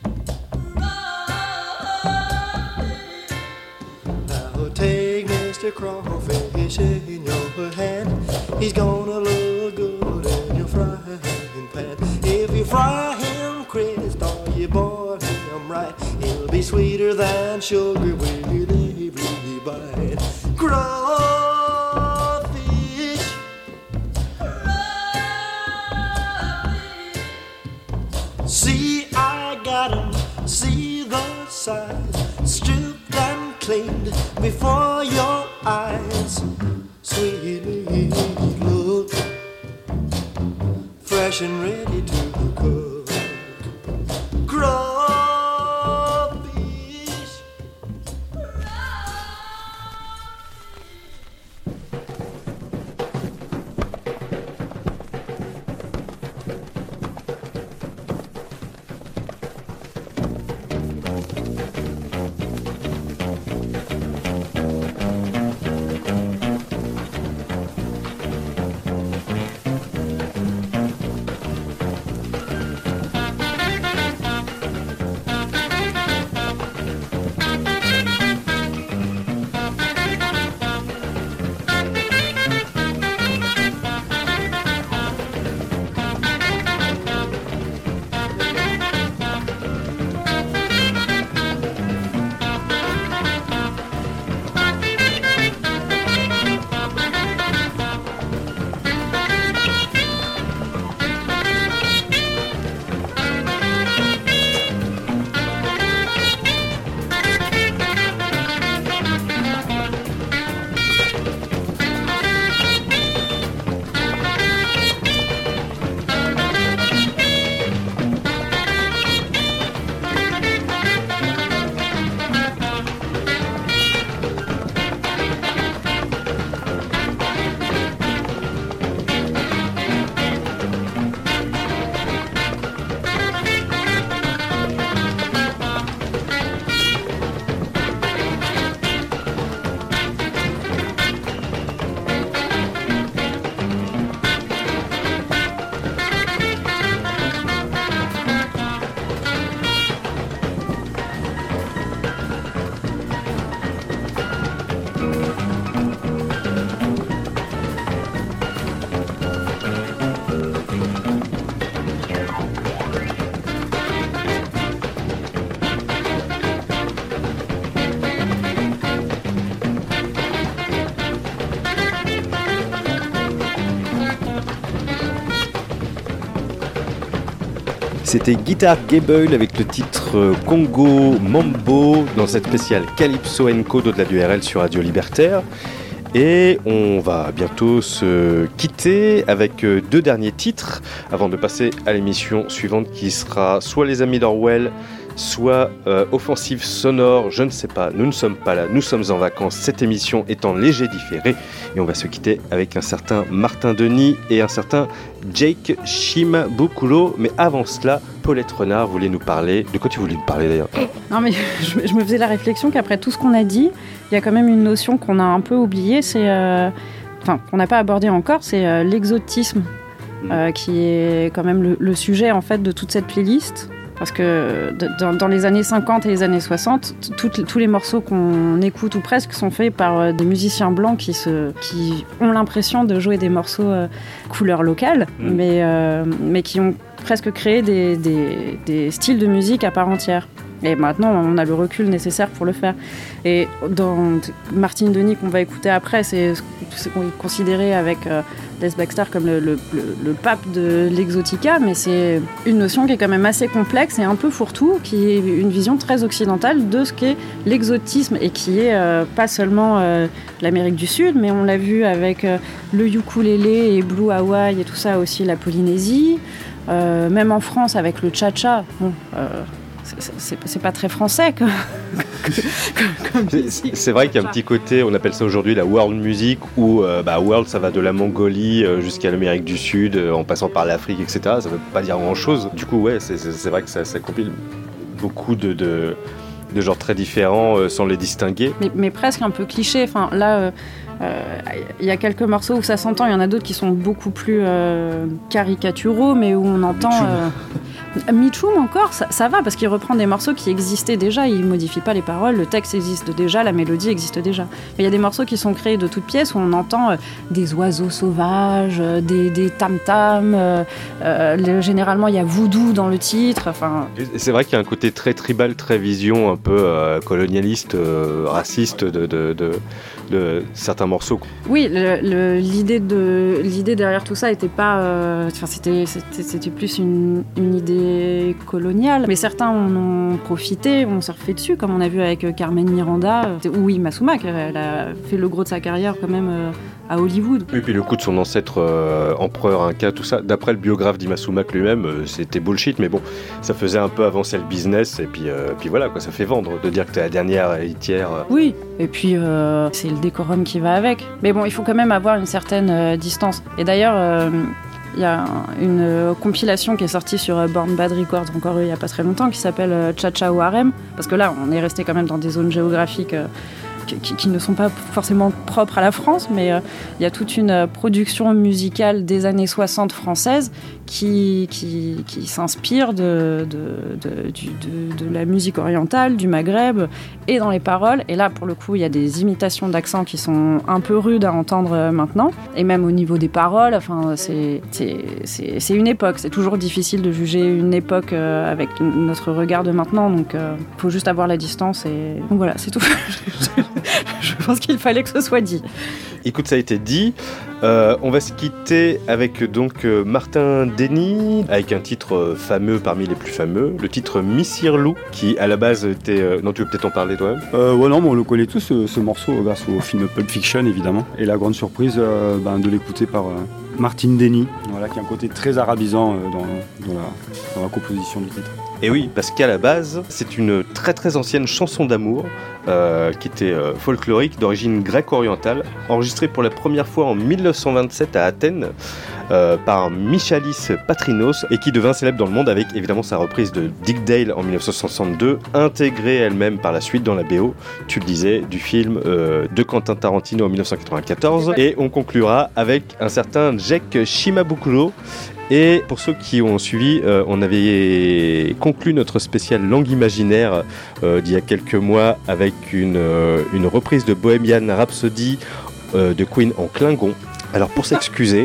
now take Mr. Crawfish in your hand. He's gonna look good in your frying pan. If you fry him crisp or you boil him right, he'll be sweeter than sugar with every bite. Crawfish, see, I got him, see the size, stripped and cleaned before your eyes. Sweetly look, fresh and ready to cook. Crawfish. C'était Guitar Gable avec le titre Congo Mambo dans cette spéciale Calypso & Co d'au-delà du RL sur Radio Libertaire. Et on va bientôt se quitter avec deux derniers titres avant de passer à l'émission suivante qui sera soit Les Amis d'Orwell, soit Offensive Sonore, je ne sais pas, nous ne sommes pas là, nous sommes en vacances, cette émission est en léger différé et on va se quitter avec un certain Martin Denis et un certain Jake Shimabukuro. Mais avant cela, Paulette Renard voulait nous parler, de quoi tu voulais nous parler d'ailleurs? Non mais je me faisais la réflexion qu'après tout ce qu'on a dit, il y a quand même une notion qu'on a un peu oubliée, c'est, qu'on n'a pas abordé encore, c'est l'exotisme, qui est quand même le sujet en fait de toute cette playlist. Parce que dans les années 50 et les années 60, tous les morceaux qu'on écoute ou presque sont faits par des musiciens blancs qui ont l'impression de jouer des morceaux couleur locale, mais qui ont presque créé des styles de musique à part entière. Et maintenant, on a le recul nécessaire pour le faire. Et dans Martin Denis qu'on va écouter après, c'est considéré avec Les Baxter comme le pape de l'exotica, mais c'est une notion qui est quand même assez complexe et un peu fourre-tout, qui est une vision très occidentale de ce qu'est l'exotisme et qui est pas seulement l'Amérique du Sud, mais on l'a vu avec le ukulélé et Blue Hawaii et tout ça aussi, la Polynésie, même en France avec le cha-cha. Bon, c'est pas très français comme musique. C'est vrai qu'il y a un petit côté, on appelle ça aujourd'hui la world music, où world ça va de la Mongolie jusqu'à l'Amérique du Sud, en passant par l'Afrique, etc. Ça veut pas dire grand chose. Du coup, ouais, c'est vrai que ça compile beaucoup de genres très différents sans les distinguer. Mais presque un peu cliché. Enfin, là, il y a quelques morceaux où ça s'entend, il y en a d'autres qui sont beaucoup plus caricaturaux, mais où on entend... Mitchum encore, ça va, parce qu'il reprend des morceaux qui existaient déjà, il modifie pas les paroles, le texte existe déjà, la mélodie existe déjà. Mais il y a des morceaux qui sont créés de toutes pièces où on entend des oiseaux sauvages, des tam-tams, généralement il y a voodoo dans le titre. Enfin... C'est vrai qu'il y a un côté très tribal, très vision un peu colonialiste, raciste de certains morceaux. Oui, l'idée derrière tout ça était pas... c'était plus une idée coloniale, mais certains en ont profité, ont surfé dessus, comme on a vu avec Carmen Miranda, ou Ima Sumac, elle a fait le gros de sa carrière quand même à Hollywood. Et puis le coup de son ancêtre empereur Inca, tout ça, d'après le biographe d'Ima Sumac lui-même, c'était bullshit, mais bon, ça faisait un peu avancer le business, et puis voilà, quoi, ça fait vendre, de dire que t'es la dernière héritière. Oui, et puis c'est le décorum qui va avec. Mais bon, il faut quand même avoir une certaine distance. Et d'ailleurs... il y a une compilation qui est sortie sur Born Bad Records encore il n'y a pas très longtemps qui s'appelle Cha-Cha ou Harem, parce que là on est resté quand même dans des zones géographiques qui ne sont pas forcément propres à la France, mais il y a toute une production musicale des années 60 française qui s'inspire de la musique orientale, du Maghreb, et dans les paroles. Et là, pour le coup, il y a des imitations d'accents qui sont un peu rudes à entendre maintenant. Et même au niveau des paroles, enfin, c'est une époque. C'est toujours difficile de juger une époque avec notre regard de maintenant. Donc, il faut juste avoir la distance. Et donc voilà, c'est tout. Je pense qu'il fallait que ce soit dit. Écoute, ça a été dit. On va se quitter avec donc Martin Denny, avec un titre fameux parmi les plus fameux, le titre Missirlou, qui à la base était... Non, tu veux peut-être en parler toi-même ? Ouais, non, mais on le connaît tous, ce morceau, grâce au film Pulp Fiction, évidemment. Et la grande surprise de l'écouter par Martin Denny, voilà, qui a un côté très arabisant dans la composition du titre. Et oui, parce qu'à la base, c'est une très très ancienne chanson d'amour qui était folklorique d'origine grecque-orientale, enregistrée pour la première fois en 1927 à Athènes par Michalis Patrinos et qui devint célèbre dans le monde avec évidemment sa reprise de Dick Dale en 1962, intégrée elle-même par la suite dans la BO, tu le disais, du film de Quentin Tarantino en 1994. Et on conclura avec un certain Jack Shimabukuro. Et pour ceux qui ont suivi, on avait conclu notre spécial langue imaginaire d'il y a quelques mois avec une reprise de Bohemian Rhapsody de Queen en Klingon. Alors pour s'excuser,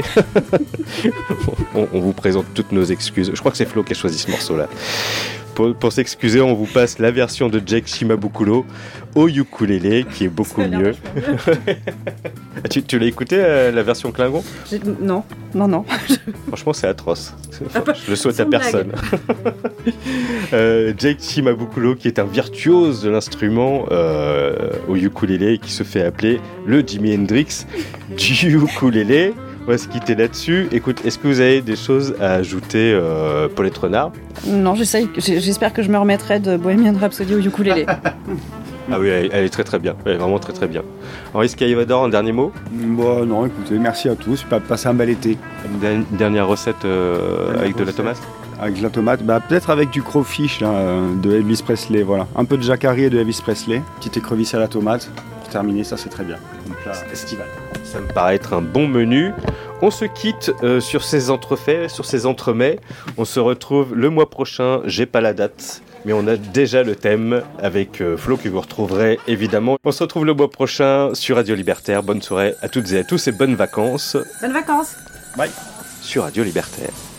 on vous présente toutes nos excuses. Je crois que c'est Flo qui a choisi ce morceau-là. Pour s'excuser, on vous passe la version de Jake Shimabukuro au ukulélé, qui est beaucoup mieux. Tu l'as écouté, la version Klingon ? Non. Franchement, c'est atroce. Je le souhaite à personne. Jake Shimabukuro, qui est un virtuose de l'instrument au ukulélé, qui se fait appeler le Jimi Hendrix du ukulélé. On va se quitter là-dessus. Écoute, est-ce que vous avez des choses à ajouter, Paulette Renard ? Non, j'espère que je me remettrai de Bohemian Rhapsody au ukulélé. Ah oui, elle est très très bien, elle est vraiment très très bien. Henri Skyvador, un dernier mot ? Non, écoutez, merci à tous, passez un bel été. Une dernière recette avec de la tomate ? Avec de la tomate, peut-être avec du crawfish de Elvis Presley, voilà. Un peu de Jacari et de Elvis Presley, petite écrevisse à la tomate, pour terminer, ça c'est très bien. Donc là, estival. Ça me paraît être un bon menu. On se quitte sur ces entrefaits, sur ces entremets. On se retrouve le mois prochain, j'ai pas la date, mais on a déjà le thème avec Flo que vous retrouverez évidemment. On se retrouve le mois prochain sur Radio Libertaire. Bonne soirée à toutes et à tous et bonnes vacances. Bonnes vacances. Bye. Sur Radio Libertaire.